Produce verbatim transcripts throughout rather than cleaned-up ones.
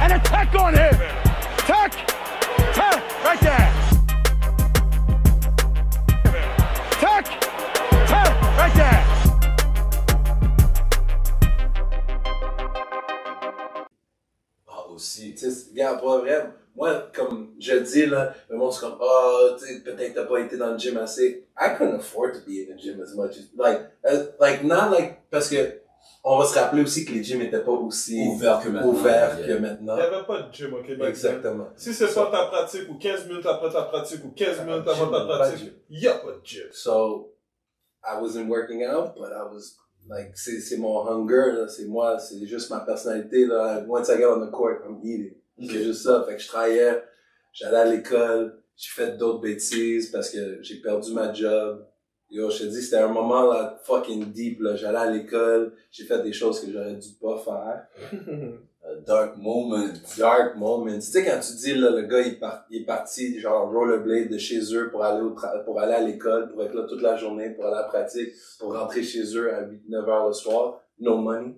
and attack on him. Attack, attack, right there. Attack, attack, right there. Ah, aussi. Tu sais, regarde, pour vrai, moi, comme je dis, là, le monde, c'est comme, oh, tu sais, peut-être t'as pas été dans le gym assez. I couldn't afford to be in the gym as much as, like, uh, like, not like, parce que, on va se rappeler aussi que les gyms étaient pas aussi ouverts que maintenant. Ouverts yeah. que maintenant. Il n'y avait pas de gym au Québec. Exactement. Si c'est pas ta pratique ou quinze minutes après ta pratique ou quinze minutes avant ta pratique, il n'y a pas de gym. So, I wasn't working out, but I was, like, c'est, c'est mon hunger, là, c'est moi, c'est juste ma personnalité, là. Once I get on the court, I'm eating. Okay. C'est juste ça. Fait que je travaillais, j'allais à l'école, j'ai fait d'autres bêtises parce que j'ai perdu ma job. Yo, je te dis, c'était un moment, là, fucking deep, là. J'allais à l'école, j'ai fait des choses que j'aurais dû pas faire. A dark moment. Dark moment. Tu sais, quand tu dis, là, le gars, il, part, il est parti, genre, rollerblade de chez eux pour aller au tra- pour aller à l'école, pour être là toute la journée, pour aller à la pratique, pour rentrer chez eux à huit neuf heures le soir. No money.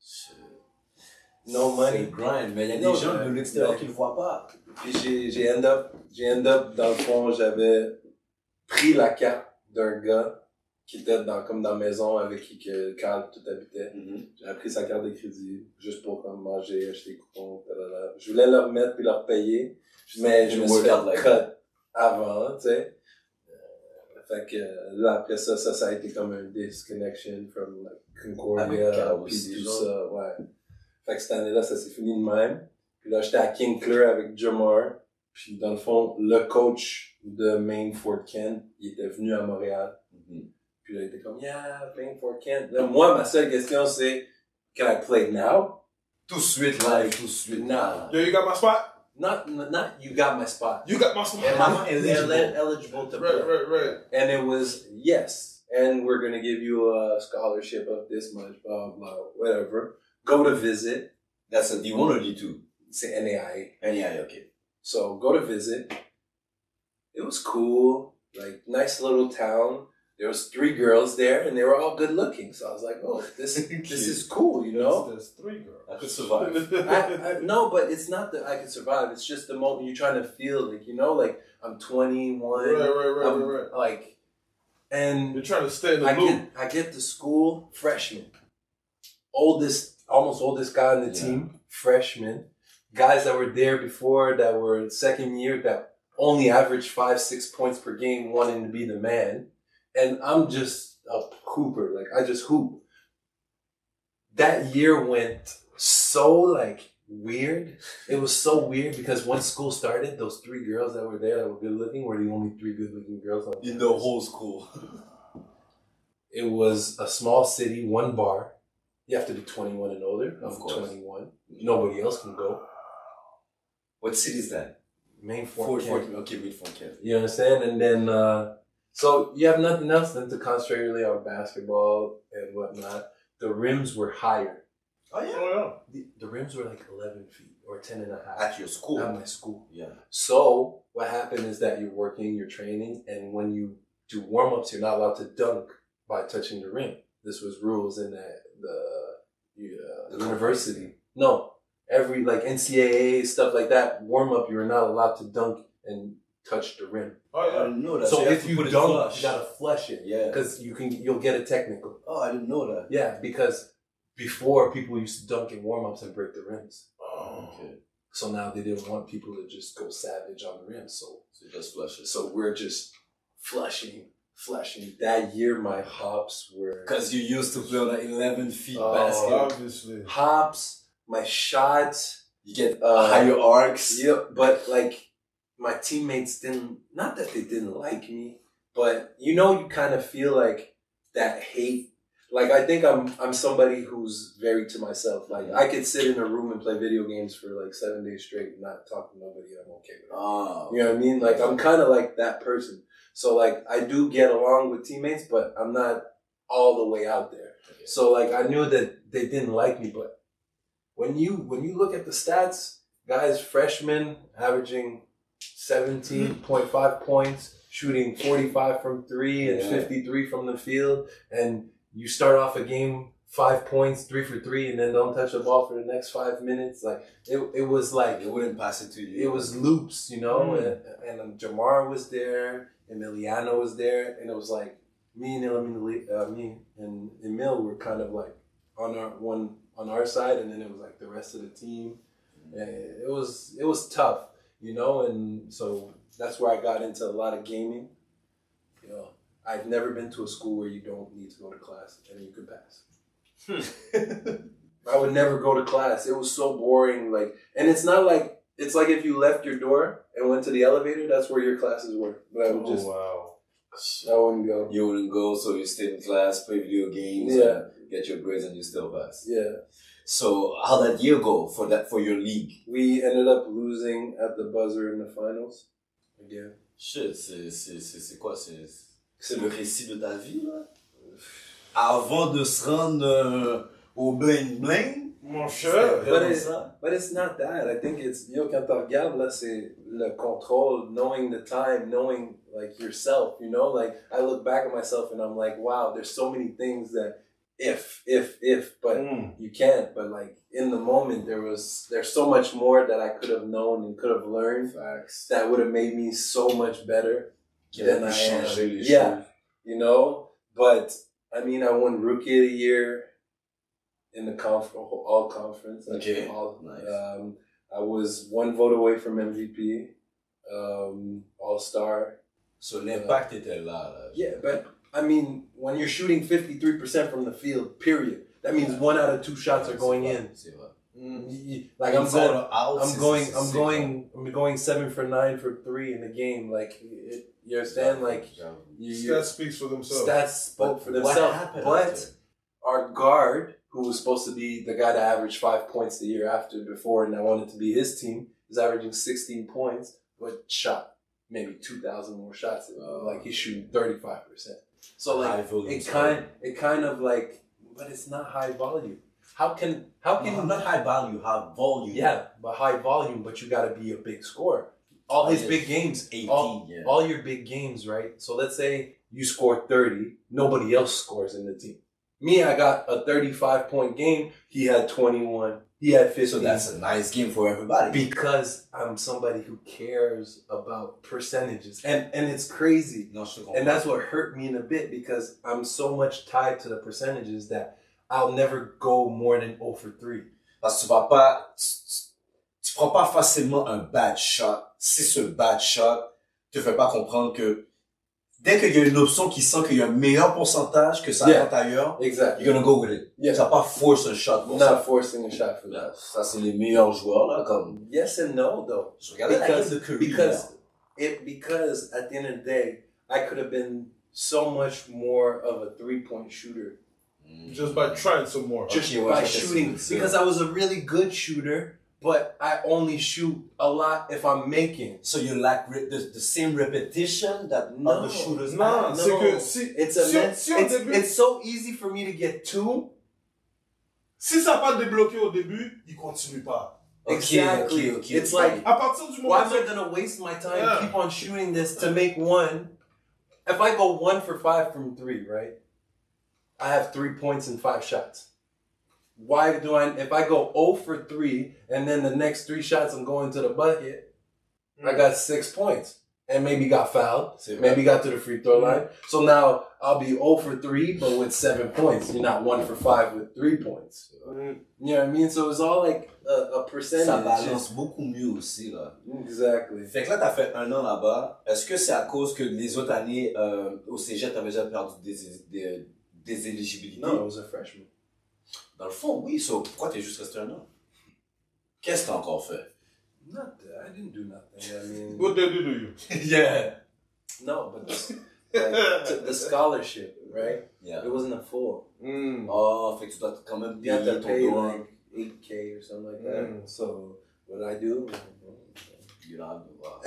No money. C'est grind, mais il y a des No, gens man. de l'extérieur qui le voient pas. Puis j'ai, j'ai end up, j'ai end up, dans le fond, j'avais pris la carte d'un gars qui était dans, comme dans la maison avec qui que Carl tout habitait. Mm-hmm. J'avais pris sa carte de crédit, juste pour comme manger, acheter des coupons, talala. Je voulais leur remettre puis leur payer, mais je me suis fait like cut avant, tu sais. Euh, fait que là, après ça, ça, ça a été comme un disconnection from like, Concordia, puis tout ça, ouais. Fait que cette année-là, ça s'est fini de même. Puis là, j'étais à King Clear avec Jamar. Puis dans le fond, le coach de Maine Fort Kent, il était venu à Montréal. Mm-hmm. Puis là, il était comme, yeah, Maine Fort Kent. Là, moi, ma seule question, c'est, can I play now? Tout de suite, live, tout de suite. Now. Yo, you got my spot? Not, not, you got my spot. You got my spot. Am I eligible. eligible to play? Right, right, right. And it was, yes. And we're going to give you a scholarship of this much, blah, blah, whatever. Go to visit. That's a D one or D two? C'est N A I A. N A I A, okay. So go to visit. It was cool, like nice little town. There was three girls there, and they were all good looking. So I was like, "Oh, this this is cool," you know. There's, there's three girls. I could survive. I, I, no, but it's not that I could survive. It's just the moment you're trying to feel, like you know, like I'm twenty-one. Right, right, right, I'm, right, right. Like, and You're trying to stay in the I loop. get I get to school, freshman, oldest, almost oldest guy on the Yeah. team, freshman. Guys that were there before, that were second year, that only averaged five, six points per game, wanting to be the man. And I'm just a hooper. Like, I just hoop. That year went so, like, weird. It was so weird because once school started, those three girls that were there that were good looking were the only three good looking girls on In the whole school. It was a small city, one bar. You have to be twenty-one and older. Of I'm course. twenty-one. Nobody else can go. What city is that? Main Fort Fort Kent. Kent. Okay, Main Fort Kent. You understand? And then, uh, so you have nothing else than to concentrate really on basketball and whatnot. The rims were higher. Oh, yeah. Oh, The, the rims were like eleven feet or ten and a half. At your school. At my school. Yeah. So what happened is that you're working, you're training, and when you do warm-ups, you're not allowed to dunk by touching the rim. This was rules in the, the, uh, the university. No. Every, like, N C double A, stuff like that, warm-up, you're not allowed to dunk and touch the rim. Oh, I yeah. didn't know that. So, you have if to you put it dunk, flush. you gotta flush it. Yeah. Because you can, you'll get a technical. Oh, I didn't know that. Yeah, because before, people used to dunk in warm-ups and break the rims. Oh, Okay. So now they didn't want people to just go savage on the rim. So, So just flush it. so we're just flushing, flushing. That year, my hops were... Because you used to play on an eleven feet Oh. basket. obviously. Hops, my shots... You get Uh, higher arcs. Yeah, but like my teammates didn't, not that they didn't like me, but you know, you kind of feel like that hate. Like I think I'm I'm somebody who's very to myself. Like I could sit in a room and play video games for like seven days straight and not talk to nobody. I'm okay with it. Oh. You know what I mean? Like I'm kind of like that person. So like I do get along with teammates, but I'm not all the way out there. Okay. So like I knew that they didn't like me, but when you when you look at the stats, guys, freshmen averaging seventeen point five points, shooting forty-five from three and Yeah. fifty-three from the field, and you start off a game five points, three for three, and then don't touch the ball for the next five minutes. Like it, it was like They wouldn't pass it to you. it was loops, you know. Mm. And, and um, Jamar was there, Emiliano was there, and it was like me and Emil, uh, me and Emil were kind of like on our one on our side, and then it was like the rest of the team. And it was it was tough, you know, and so that's where I got into a lot of gaming. You know, I've never been to a school where you don't need to go to class and you could pass. I would never go to class. It was so boring. Like, and it's not like it's like if you left your door and went to the elevator. That's where your classes were. But I would just, wow. I wouldn't go. You wouldn't go, so you stayed in class, play video games, Yeah. and get your grades, and you still pass. Yeah, So how that year go for that for your league? we ended up losing at the buzzer in the finals again. Shit, c'est c'est c'est c'est quoi? C'est c'est le récit de ta vie là? Avant de se rendre euh, au bling bling. Mon cher. But, it, but it's not that. I think it's, yo, quand tu regardes, là, c'est le contrôle, knowing the time, knowing, like, yourself, you know? Like, I look back at myself and I'm like, wow, there's so many things that if, if, if, but Mm. you can't. But, like, in the moment, there was, there's so much more that I could have known and could have learned Facts. that would have made me so much better Qui than a I pu am. changer les Yeah, choses. you know? But, I mean, I won Rookie of the Year in the conf- all conference. Okay. All, Nice. um, I was one vote away from M V P, um, All Star. So l'impact était là. là. Yeah, but I mean, when you're shooting fifty-three percent from the field, period, that means one out of two shots are going in. C'est vrai. Y- y- Like I'm Inside going, or out, I'm c'est- going, c'est- I'm c'est going, I'm going seven for nine for three in the game. Like it, you understand? Like J'avoue. you, your Stats speaks for themselves. stats spoke for What themselves. happened But after? our guard, who was supposed to be the guy that averaged five points the year after before, and I wanted to be his team, is averaging sixteen points, but shot maybe two thousand more shots. Oh. Like he's shooting thirty-five percent. So High like volume it scoring. kind, it kind of like, but it's not high volume. How can how can No, not high value, high volume. yeah, but high volume, but you got to be a big scorer. All his Oh, big yes. games, eighteen, all, yeah. all your big games, right? So let's say you score thirty, nobody else scores in the team. Me, I got a thirty-five point game. He had twenty-one. He had fifteen. So that's a nice game for everybody. because I'm somebody who cares about percentages, and and it's crazy. Non, je te comprends. And that's what hurt me in a bit because I'm so much tied to the percentages that I'll never go more than zero for three. Parce que tu vas pas, tu, tu, tu prends pas facilement un bad shot. Si ce bad shot te fait pas comprendre que dès qu'il y a une option qui sent qu'il y a un meilleur pourcentage que ça Yeah. rentre ailleurs, Exactly. you're gonna go with it. Yeah. Tu vas pas force un shot pour Not ça. forcing a shot for that. Là, ça, c'est les meilleurs joueurs, là, comme, Yes and no, though. je regardais la Because game de Curry, because it because at the end of the day, I could have been so much more of a three point shooter là. Just by trying some more. just Okay, by well, shooting that's- because I was a really good shooter, but I only shoot a lot if I'm making. So you lack re- the, the same repetition that No. other shooters Non, have? c'est que si, It's a si, mess. si au It's, début, it's so easy for me to get two. si ça n'a pas débloqué au début, il continue pas. Okay, Exactly. okay, okay. It's like, À partir du why moment am I où gonna waste my time Yeah. keep on shooting this to make one? If I go one for five from three, right? I have three points and five shots. Why do I? If I go zero for three and then the next three shots I'm going to the bucket, I got six points and maybe got fouled, C'est vrai. maybe got to the free throw line. So now I'll be zero for three, but with seven points. You're not one for five with three points. Mm. You know what I mean? So it's all like a, a percentage. Ça balance beaucoup mieux aussi, là. Exactly. Fait que là, t'as fait un an là-bas. Est-ce que c'est à cause que les autres années, euh, au cégep, t'avais déjà perdu des, des, des éligibilités? No, I was a freshman. Dans le fond, oui. So, pourquoi t'es juste resté un an? Qu'est-ce que t'as encore fait? Not that. I didn't do nothing. I mean, What they do to you? Yeah. no, but the, like, t- the scholarship, right? Yeah. It wasn't a full. Mm. Oh, fait que tu dois quand même You have payer to ton pay dorm. like eight K or something like that. Mm. So what did I do? You don't have to wow.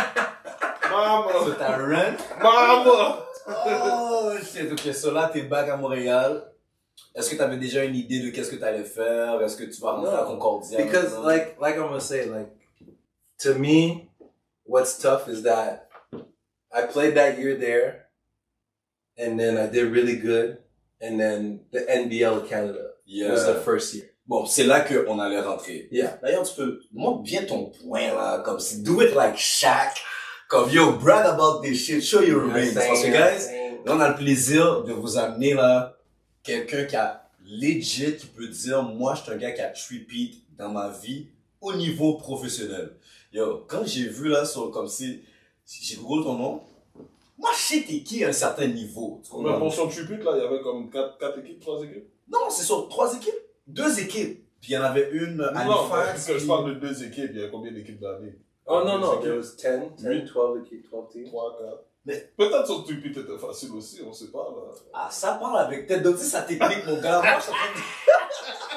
Mama! So, t'as rent? Mama! Oh, shit. Ok, so là, t'es back à Montréal. Est-ce que t'avais déjà une idée de qu'est-ce que t'allais faire? Est-ce que tu vas rentrer No, à Concordia? Because maintenant? like like I'm gonna say, like to me, what's tough is that I played that year there and then I did really good and then the N B L Canada Yeah. was the first year. Bon, c'est là qu'on allait rentrer. Yeah. D'ailleurs, tu peux, montre bien ton point, là, comme si, do it like Shaq. Comme, yo, brag about this shit, show your rings. Parce que, guys, là, on a le plaisir de vous amener, là, quelqu'un qui a legit, qui peut dire, moi, je suis un gars qui a three-peat dans ma vie, au niveau professionnel. Yo, quand j'ai vu, là, sur, comme si, si j'ai googlé ton nom, moi, je sais t'es qui à un certain niveau. Tu Mais pour son tribute, là, il y avait comme quatre, quatre équipes, trois équipes. Non, c'est sur trois équipes. Deux équipes. Puis il y en avait une à Non, Halifax. parce que je parle de deux équipes, il y a combien d'équipes dans la ligue? Oh no, no, Deux there équipes. was ten, ten, twelve, twelve teams. Trois, quatre. Mais- Peut-être son tribute était facile aussi, on sait pas, là. Ah, ça parle avec tête d'Audi, sa technique, mon gars. Moi, je suis en train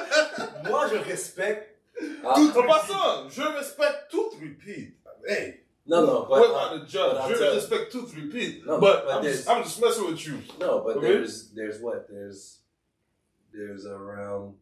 de- Moi, je respecte. Ah, En passant, je respecte tout repeat. Hey, no, no, but we're uh, not the judge. but I'll Je tell- respect tout repeat. No, but but I'm there's- just, I'm just messing with you. no, but Okay. there's there's what there's there's around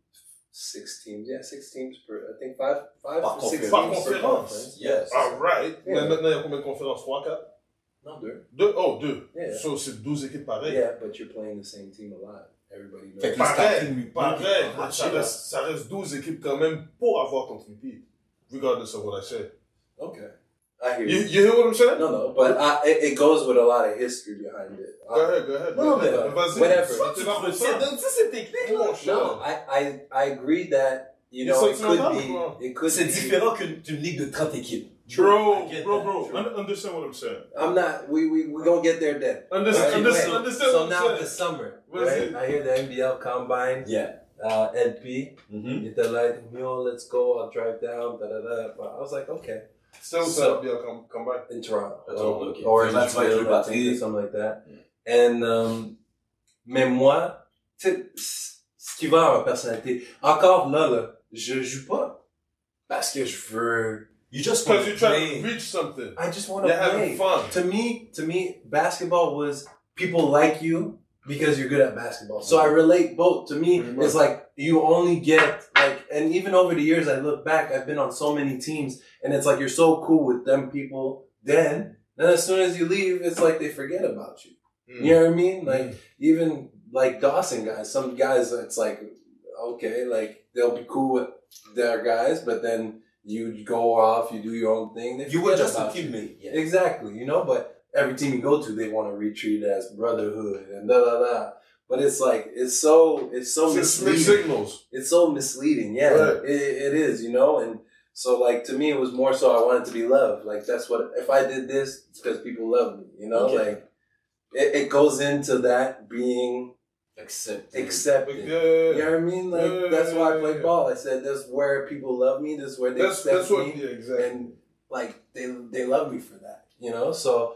six teams. Yeah, six teams per. I think five five Par or six conférence. teams per Par conference. Yes. Alright. Yeah. Mais maintenant, il y a combien de conférences? Trois, quatre? No, deux. Deux? Oh, deux. Yeah. So, c'est douze équipes pareilles. Yeah, but you're playing the same team a lot. Everybody knows. Fait que le Pareil, starting pareil. repeat, Ça arraché, reste, ça reste douze équipes quand même pour avoir ton repeat. Regardless of what I say. Okay, I hear You, you. you hear what I'm saying? No, no, but I, it, it goes with a lot of history behind it. Go ahead, go ahead. Non, go ahead. mais, Vas-y. whatever. Toi, tu vas pour ça. c'est technique, Mon No, cher. I, I, I agree that you You're know it sentimental, could bro. be it could C'est be, différent qu'une qu'une ligue de trente équipes. Bro, I get bro, that. bro, True. un- understand what I'm saying. I'm not. We we we gonna get there then. Understand, Right? understand, Wait. understand So what now I'm the saying. summer, What's right? it? I hear the N B L Combine, Yeah. uh, L P. Mm-hmm. They're like, yo, let's go. I'll drive down. Da da da. But I was like, okay, Still, So- so, yeah, come, come back. in Toronto, At Toronto, okay. or So that's why Orangeville, you're I think, or Patrick. something like that. Yeah. And um, mais moi, tu sais, c- ce qui va à ma personnalité. Encore là, là, je joue pas parce que je veux. You just Because want you're to trying play. to reach something. I just want to You're play. having fun. To me, to me, basketball was people like you because you're good at basketball. So I relate both. To me, Pretty much. it's like you only get like, and even over the years, I look back, I've been on so many teams, and it's like you're so cool with them people. Then, then as soon as you leave, it's like they forget about you. Mm. You know what I mean? Like even like Dawson guys, some guys, it's like okay, like they'll be cool with their guys, but then you go off, you do your own thing. They You were forget just a about you. teammate. Yeah. Exactly, you know, but every team you go to, they want to retreat as brotherhood and da da da. But it's like, it's so, it's so Just mixed misleading. signals. It's so misleading. Yeah, Right. it, it is, you know, and so like to me, it was more so I wanted to be loved. Like that's what, if I did this, it's because people love me, you know, Okay. like it, it goes into that being Accept. accepted. Yeah. You know what I mean? Like Yeah, that's why I yeah, play yeah. ball. I said that's where people love me. This is where they That's, accept that's what, me yeah, exactly. and like they they love me for that, you know. So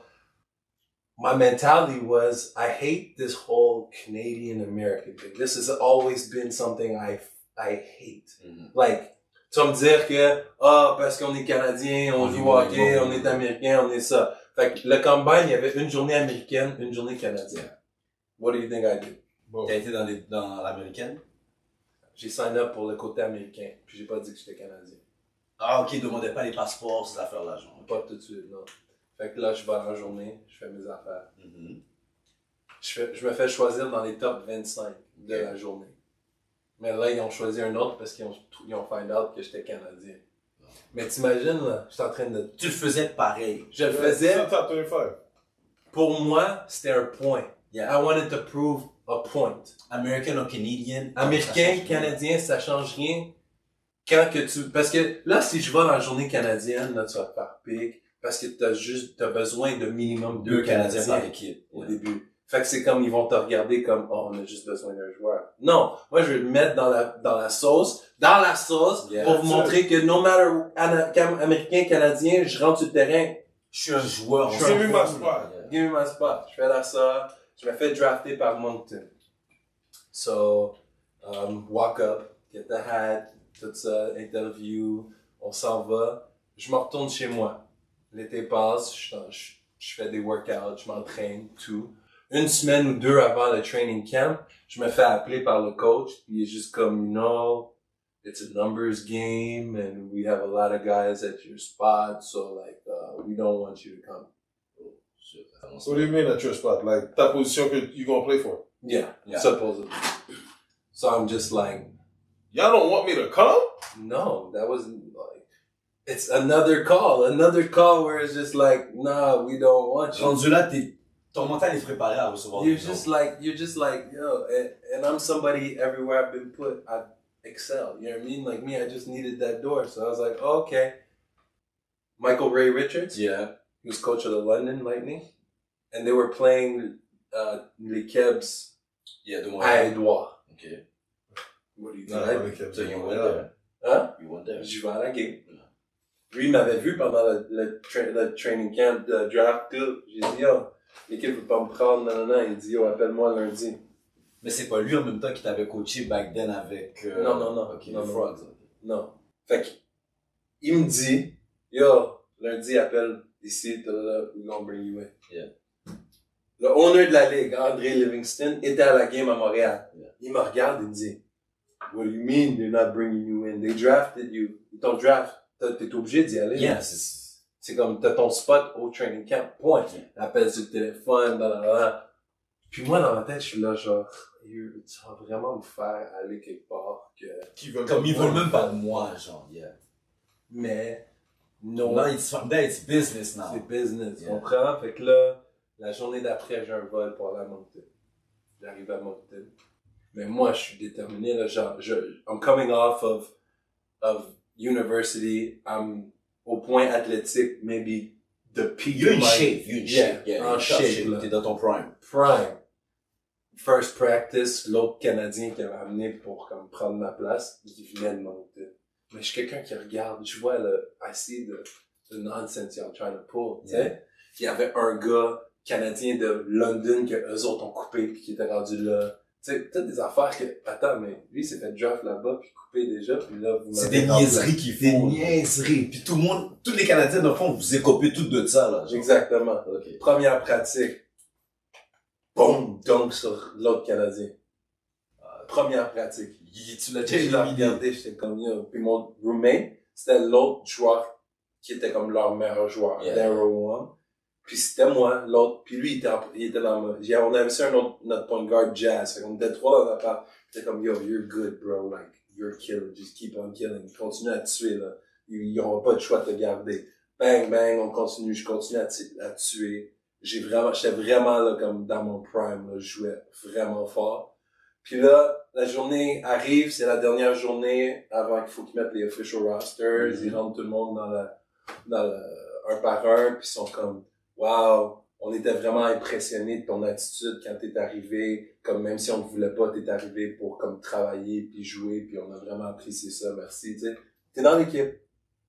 my mentality was I hate this whole Canadian American thing. This has always been something I I hate. Mhm. Like tu vas me dire que ah parce qu'on est Canadien, on On joue joue au au hockey, hockey. on est Américain, on est ça. Fait que le combine, il y avait une journée américaine, une journée canadienne. What do you think I did? Bon. T'as été dans, les, dans l'américaine? J'ai sign up pour le côté américain, puis j'ai pas dit que j'étais Canadien. Ah, ok, demandez pas les passeports, ces affaires-là, genre. Pas tout de suite, non. Fait que là, je vais à la journée, je fais mes affaires. Mhm. Je, fais, je me fais choisir dans les top vingt-cinq de Ok. la journée. Mais là, ils ont choisi un autre parce qu'ils ont, ils ont find out que j'étais Canadien. Mais t'imagines, là, j'étais en train de... Tu le faisais pareil. Je le Yeah, faisais, c'est top vingt-cinq. pour moi, c'était un point. Yeah. I wanted to prove a point. American or Canadian. Américain, ça change rien. Canadien, ça change rien. Quand que tu... Parce que là, si je vais dans la journée canadienne, là, tu vas te faire pique. Parce que t'as juste, t'as besoin de minimum deux, Deux Canadiens Canadiens par équipe. au Yeah. début. Fait que c'est comme, ils vont te regarder comme, oh, on a juste besoin d'un joueur. Non. Moi, je vais le mettre dans la, dans la sauce, dans la sauce, Yeah. pour vous montrer que no matter où, Ana- cam- Américain, Canadien, je rentre sur le terrain. Je suis un joueur. Je on suis s'en un fout. my spot. Yeah. Give me my spot. Je fais là ça. Je me fais drafter par Moncton. So, um, walk up, get the hat, tout ça, interview, on s'en va. Je me retourne chez moi. L'été passe, je, je, je fais des workouts, je m'entraîne, tout. Une semaine ou deux avant le training camp, je me fais appeler par le coach. Il est juste comme, you know, it's a numbers game and we have a lot of guys at your spot, so like, uh, we don't want you to come. What do you mean at your spot? Like, ta position que you gonna play for? Yeah, Yeah. supposedly. So I'm just like, Y'all don't want me to come? no, that wasn't like, it's another call, another call where it's just like, nah, we don't want you. Rendu là, t'es, ton mental est préparé à recevoir You're des just autres. like, you're just like, yo, and, and I'm somebody everywhere I've been put, I excel. You know what I mean? Like me, I just needed that door. So I was like, oh, okay. Michael Ray Richards, Yeah. he was coach of the London Lightning, and they were playing uh, les Kebs Yeah, de à Montréal. Edouard. Okay. What do you Non, think? non, les So you Québécois, went ouais. there. Hein? You went there. J'y vais à la game. Lui, il m'avait vu pendant le, le, tra- le training camp, le draft, tout. J'ai dit, yo, l'équipe veut pas me prendre, non, non, non. Il dit, yo, appelle-moi lundi. Mais c'est pas lui en même temps qui t'avait coaché back then avec... Euh... Non, non, non. Ok, Non, les non. Frogs. Non. Fait que, il me dit, yo, lundi, appelle ici, là, we're gonna bring you in. Yeah. Le owner de la ligue, André Livingston, était à la game à Montréal. Yeah. Il me regarde et me dit, what do you mean they're not bringing you in? They drafted you. Ils t'ont draft. T'as- T'es obligé d'y aller. Yeah, c'est... C'est comme, t'as ton spot au training camp. Point. Yeah. Appelle sur le téléphone, blablabla. Puis moi, dans ma tête, je suis là, genre, you- tu vas vraiment me faire aller quelque part que... Qui veulent Comme ils moi. veulent même pas de moi, genre, yeah. Mais, non. Now it's, from there, it's business now. C'est business, tu Yeah. comprends? Fait que là, la journée d'après, j'ai un vol pour aller à Moncton. J'arrive à Moncton. Mais moi, je suis déterminé, là, genre, je, I'm coming off of, of university, I'm au point athlétique, maybe the peak You're of in my- shape, you're in Yeah, shape. Yeah, en you're in top shape, là. T'es dans ton prime. Prime. First practice, l'autre Canadien qui avait amené pour comme prendre ma place, il venait de Moncton. Mais je suis quelqu'un qui regarde, je vois le, I see the, the nonsense y'all trying to pull, tu sais. Yeah. Il y avait un gars canadien de London que eux autres ont coupé puis qui était rendu là. Tu sais, peut-être des affaires que, attends, mais lui, il s'est fait draft là-bas puis coupé déjà puis là, vous C'est m'avez des remplacé. niaiseries qu'ils Des font. niaiseries. Puis tout le monde, tous les Canadiens, dans le fond, vous écopez toutes de ça, là. genre. Exactement. Ok. Première pratique. Boum! Dunk sur l'autre Canadien. Euh, Première pratique. Il- Tu l'as Tu sais, je l'ai regardé, j'étais comme, yo. Puis mon roommate, c'était l'autre joueur qui était comme leur meilleur joueur, Yeah. Darrow One. Puis c'était moi, l'autre. Puis lui, il était, en- il était dans ma... j'ai- On avait aussi un autre, notre point guard, Jazz. Fait qu'on était trois dans la part. C'était comme, yo, you're good, bro. Like, you're killing. Just keep on killing. Continue à te tuer, là. Ils n'auront pas de choix de te garder. Bang, bang, on continue. Je continue à, tu- à tuer. J'ai vraiment, j'étais vraiment, là, comme dans mon prime, là. Je jouais vraiment fort. Puis là, la journée arrive, c'est la dernière journée avant qu'il faut qu'ils mettent les official rosters. Mm-hmm. Ils rentrent tout le monde dans la, dans le, un par un, puis ils sont comme, wow, on était vraiment impressionnés de ton attitude quand t'es arrivé, comme même si on ne voulait pas, t'es arrivé pour comme travailler puis jouer, puis on a vraiment apprécié ça, merci, tu sais. T'es dans l'équipe.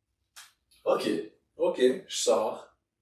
Ok. Ok, je sors.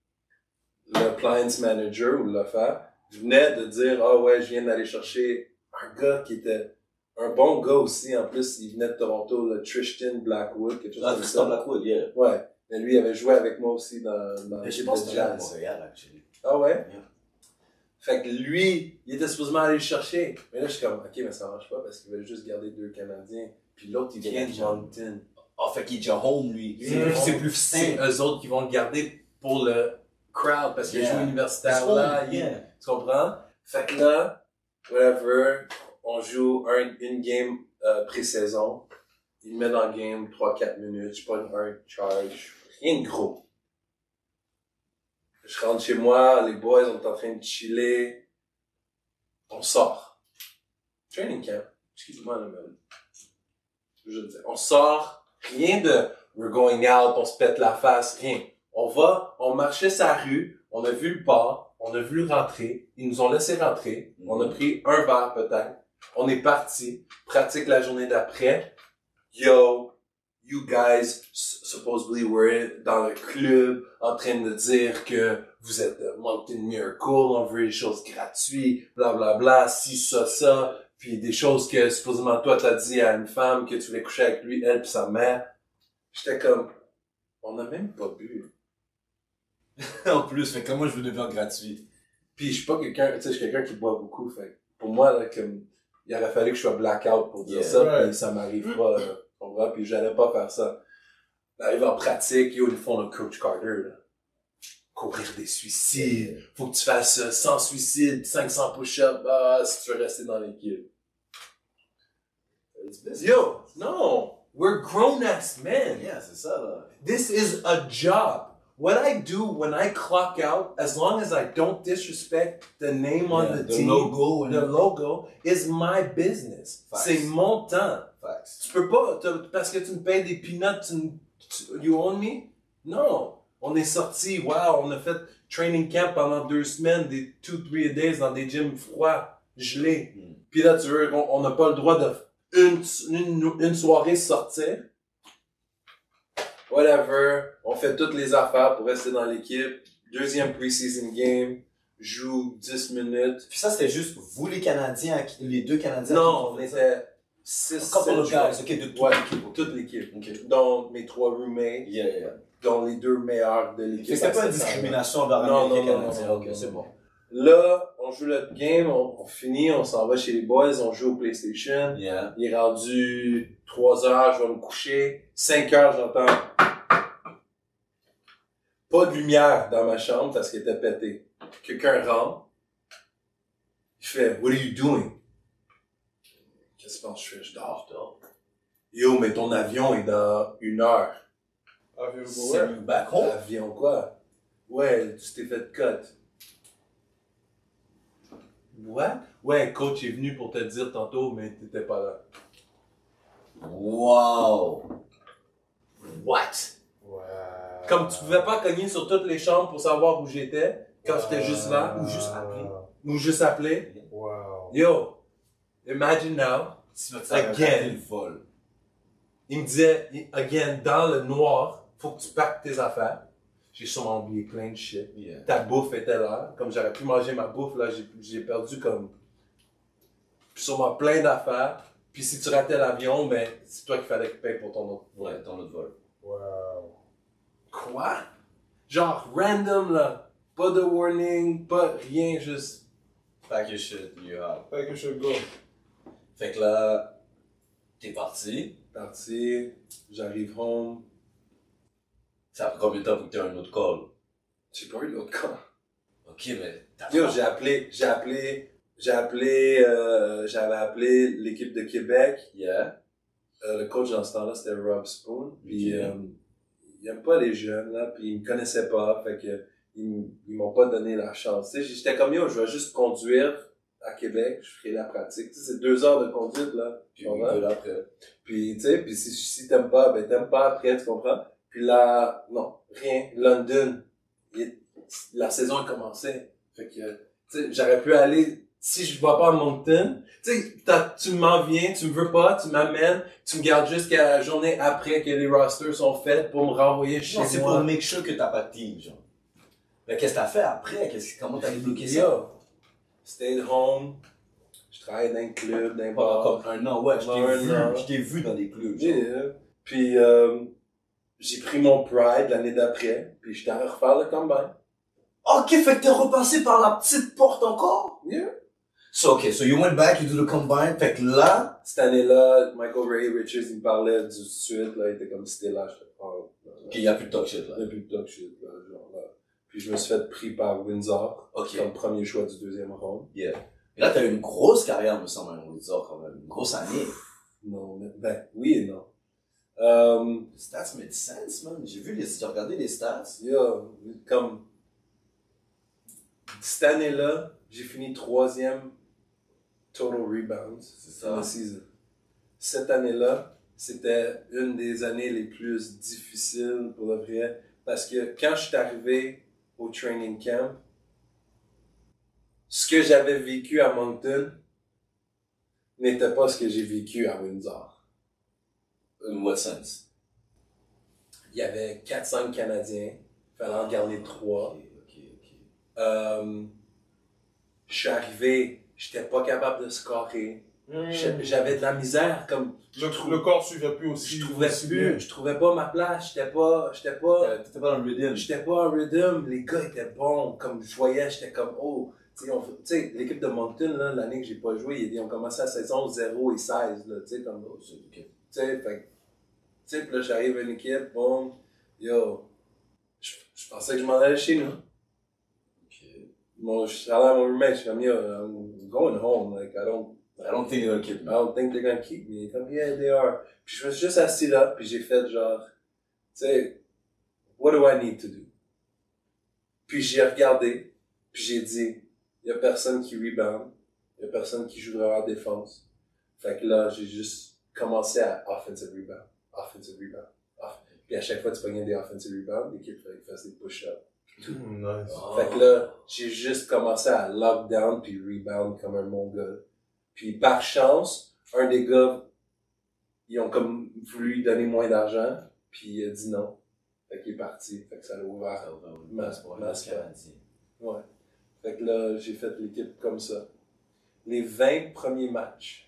Le Plans Manager ou le faire venait de dire, ah ouais, je viens d'aller chercher un gars qui était un bon gars aussi, en plus, il venait de Toronto, le Tristan Blackwood, quelque chose Ah, comme Tristan ça. Blackwood, yeah. Ouais. Mais lui, il avait joué avec moi aussi dans, dans Mais je l'équipe pense de que c'est à jazz. Montréal, actually. Ah ouais? Yeah. Fait que lui, il était supposément aller le chercher. Mais là, je suis comme, ok, mais ça marche pas parce qu'il veut juste garder deux Canadiens. Puis l'autre, il vient de Moncton. Ah, fait qu'il est déjà home, lui. Lui, C'est il plus, est c'est home. plus C'est simple. eux autres qui vont le garder pour le crowd parce qu'il Yeah. joue universitaire It's home, là. il- yeah. Tu comprends? Fait que là, whatever, on joue un, une game euh, pré-saison. Il me met dans le game trois quatre minutes. Je prends un charge. Rien de gros. Je rentre chez moi, les boys, on est en train de chiller. On sort. Training camp. Excuse-moi, là, même. Je veux dire, on sort. Rien de we're going out, on se pète la face, rien. On va, on marchait sa rue, on a vu le bar, on a vu rentrer, ils nous ont laissé rentrer, on a pris un verre peut-être, on est parti, pratique la journée d'après. Yo, you guys s- supposedly were dans le club en train de dire que vous êtes de Moncton Miracle, on veut des choses gratuites, bla bla bla, si ça, ça, puis des choses que supposément toi t'as dit à une femme que tu voulais coucher avec lui, elle puis sa mère. J'étais comme, on n'a même pas bu. En plus, fait que comment je veux devenir gratuit? Puis je suis pas quelqu'un, tu sais, je suis quelqu'un qui boit beaucoup, fait que pour moi, là, comme, il aurait fallu que je sois blackout pour dire Yeah, ça, right. puis ça m'arrive pas, là, tu comprends? Puis j'allais pas faire ça. J'arrive en pratique, yo, ils font le Coach Carter, là. courir des suicides. Faut que tu fasses euh, cent suicides, cinq cents push-ups, ah, si tu veux rester dans l'équipe. Yo, no, we're grown-ass men. Yeah, c'est ça, là. This is a job. What I do when I clock out, as long as I don't disrespect the name on Yeah, the, the team, logo and- the logo is my business. Facts. C'est mon temps. Facts. Tu peux pas, te- parce que tu me payes des peanuts, tu, tu- you own me? Non. On est sorti, wow, on a fait training camp pendant deux semaines, des two, three days dans des gyms froids, gelés. Mm. Puis là, tu veux, on n'a pas le droit de une, une, une soirée sortir. Whatever, on fait toutes les affaires pour rester dans l'équipe. Deuxième preseason game, joue dix minutes. Puis ça, c'était juste vous, les Canadiens, qui- les deux Canadiens. Non, on qui faisaient était six, ça. Couple of sept guys, joueurs. ok, de toute Ouais, l'équipe. toute l'équipe. Ok. Dont mes trois roommates, Yeah, yeah. dont les deux meilleurs de Fait l'équipe. que c'était à pas une cette année. discrimination envers Non, les non, non, Canadiens. non, Ok, non, c'est non. bon. Là, on joue notre game, on, on finit, on s'en va chez les boys, on joue au PlayStation. Yeah. Il est rendu trois heures, je vais me coucher. cinq heures, j'entends pas de lumière dans ma chambre parce qu'elle était pétée. Quelqu'un rentre. Il fait, what are you doing? Qu'est-ce que tu penses que je fais? Je dors, je dors. Yo, mais ton avion est dans une heure. Avez-vous Send you back home. Avion quoi? Ouais, tu t'es fait cut. What? Ouais, coach est venu pour te dire tantôt, mais t'étais pas là. Wow. What? Wow. Comme tu pouvais pas cogner sur toutes les chambres pour savoir où j'étais, quand j'étais juste là, ou juste appeler. ou juste appeler. Wow. Yo, imagine now, Si tu vas Again. le vol. il me disait, again, dans le noir, faut que tu packes tes affaires. J'ai sûrement oublié plein de shit. Yeah. Ta bouffe était là, comme j'aurais pu manger ma bouffe, là, j'ai, j'ai perdu comme sûrement plein d'affaires. Puis si tu ratais l'avion, ben, c'est toi qui fallait que paye pour ton autre. Ouais, ton autre vol. Wow. Quoi? Genre, random, là. Pas de warning, pas rien, juste... Pack your shit, you're out. Fait que je go. Fait que là, t'es parti. Parti, j'arrive home. Ça a pris combien de temps pour que t'aies un autre call? J'ai pas eu l'autre cas. Ok, mais t'as Yo, j'ai appelé, j'ai appelé, j'ai appelé, euh, j'avais appelé l'équipe de Québec. Yeah. Euh, le coach dans ce temps-là, c'était Rob Spoon. Puis, Ok. euh, il aime pas les jeunes, là, puis il me connaissait pas, fait que, ils, ils m'ont pas donné la chance. Tu sais, j'étais comme, yo, je vais juste conduire à Québec, je ferai la pratique. Tu sais, c'est deux heures de conduite, là. Puis Tu oui, comprends? de là après. Puis, tu sais, puis si, si t'aimes pas, ben t'aimes pas après, tu comprends? Puis là, non, rien. London, il- la saison a commencé. Fait que, tu sais, j'aurais pu aller, si je vais pas à Moncton, tu sais, t'as- tu m'en viens, tu me veux pas, tu m'amènes, tu me gardes jusqu'à la journée après que les rosters sont faits pour me renvoyer chez Non, c'est moi. pour make sure que t'as pas de team, genre. Mais qu'est-ce que t'as fait après? Qu'est-ce, comment t'as débloqué ça? Yo, stayed home, je travaillais dans un club, dans un Pendant bar. comme un an, ouais, je Ouais, un t'ai vu, an. je t'ai vu dans des clubs, genre. Yeah. Puis, euh, j'ai pris mon Pride l'année d'après, puis j'étais allé refaire le combine. Ok, fait que t'es repassé par la petite porte encore? Yeah. So, ok, so you went back, you do the combine, fait que là, Cette année-là, Michael Ray Richards, il me parlait du suite, là, il était comme c'était là, j'étais pas, oh, ok, y a plus de talk shit, là. il y a plus de talk shit, là, genre, là. Puis je me suis fait pris par Windsor, Ok. comme premier choix du deuxième round. Yeah. Et là, t'as eu une grosse carrière, me semble, à Windsor, quand même. Une grosse année. Non, mais, ben, oui et non. Euh, Les stats made sense, man. J'ai vu les, j'ai regardé les stats. yeah, comme, cette année-là, j'ai fini troisième total rebounds. C'est ça. la season. Cette année-là, c'était une des années les plus difficiles pour le vrai. Parce que quand je suis arrivé au training camp, ce que j'avais vécu à Moncton n'était pas ce que j'ai vécu à Windsor. In what sense? Il y avait quatre cinq Canadiens. Il fallait en garder trois. Ok, ok, ok. Euh, je suis arrivé, j'étais pas capable de scorer. J'a- J'avais de la misère, comme Le, le corps suivait plus aussi. je trouvais aussi plus, bien. je trouvais pas ma place, j'étais pas, j'étais pas, T'étais pas dans le rhythm. j'étais pas en rhythm, les gars étaient bons, comme je voyais, j'étais comme, oh, tu sais, on fait- tu sais, l'équipe de Moncton, là, l'année que j'ai pas joué, ils ont commencé la saison zéro et seize, là, tu sais, comme, Oh, c'est- ok. tu sais, fait que, tu sais, puis là, j'arrive à une équipe, bon, yo, Je, je pensais que je m'en allais chez nous. Okay. Mon, je allé à mon roommate, je suis comme, yo, I'm going home. Like, I don't, I don't think they'll keep I me. don't think they're gonna keep me. Comme, yeah, they are. Puis je me suis juste assis là, puis j'ai fait genre, tu sais, what do I need to do? Puis j'ai regardé, puis j'ai dit, y a personne qui rebound, y a personne qui joue vraiment en défense. Fait que là, j'ai juste commencé à offensive rebound, offensive rebound, off. Puis à chaque fois que tu pognais des offensive rebounds, l'équipe faisait des push-ups. Mm, nice. Oh. Fait que là, j'ai juste commencé à lockdown puis rebound comme un mongol. Puis par chance, un des gars, ils ont comme voulu lui donner moins d'argent, puis il a dit non. Fait qu'il est parti. Fait que ça l'a ouvert. Ça va, oui. Ma- C'est pour ma- le Canadien. Ouais. Fait que là, j'ai fait l'équipe comme ça. Les vingt premiers matchs.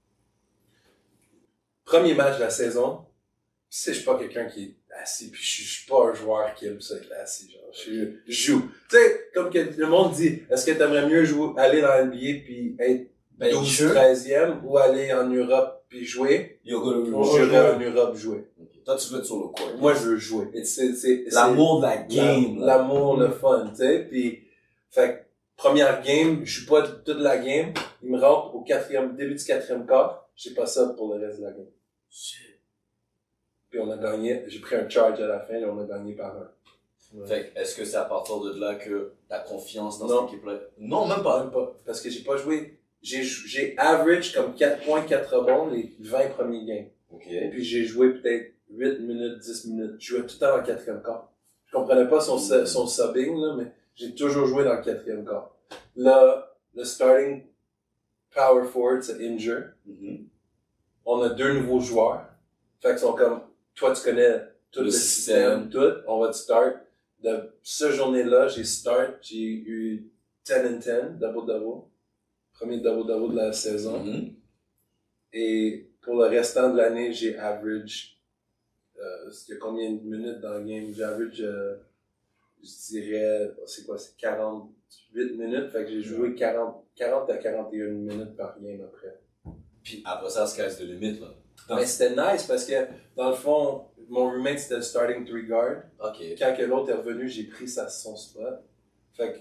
Premier match de la saison, tu sais, je suis pas quelqu'un qui est assis, puis je suis- je suis pas un joueur qui aime ça être assis, genre, je, je joue. Tu sais, comme que le monde dit, est-ce que t'aimerais mieux jouer, aller dans la N B A puis être Ben, douze je- treizième ou aller en Europe puis jouer? You're gonna Ou lose. j'irais en Europe jouer. Ok. Toi, tu veux être sur le court. Moi, je veux jouer. Et c'est, c'est, c'est L'amour de la game. la- là. l'amour, le fun, tu sais, puis, fait que, première game, je joue pas toute la game, il me rentre au quatrième, début du quatrième quart, j'ai pas ça pour le reste de la game. Puis on a gagné, j'ai pris un charge à la fin et on a gagné par un. Ouais. Fait que, est-ce que c'est à partir de là que ta confiance dans Non. cette équipe-là? Non, même pas. Même pas, parce que j'ai pas joué, j'ai, j'ai average comme quatre points, quatre rebonds les vingt premiers games. Ok. Et puis j'ai joué peut-être huit minutes, dix minutes. Je jouais tout le temps dans le quatrième quart. Je comprenais pas son, Mm. son subbing, là, mais j'ai toujours joué dans le quatrième quart. Là, le starting power forward c'est injure. Mhm. On a deux nouveaux joueurs. Fait qu'ils sont comme, toi tu connais tout le, Le système, système. tout. On va te start. De ce journée-là, j'ai start, j'ai eu dix and dix, double-double. Premier double-double de la saison. Mhm. Et pour le restant de l'année, j'ai average, euh, il y a combien de minutes dans le game? J'ai average, euh, je dirais, c'est quoi, c'est quarante-huit minutes. Fait que j'ai joué quarante, quarante à quarante et une minutes par game après. Puis après ça, sky's the limit, là. Dans- Mais c'était nice parce que, dans le fond, mon roommate c'était le starting three guard. Ok. Quand que l'autre est revenu, j'ai pris sa, son spot. Fait que,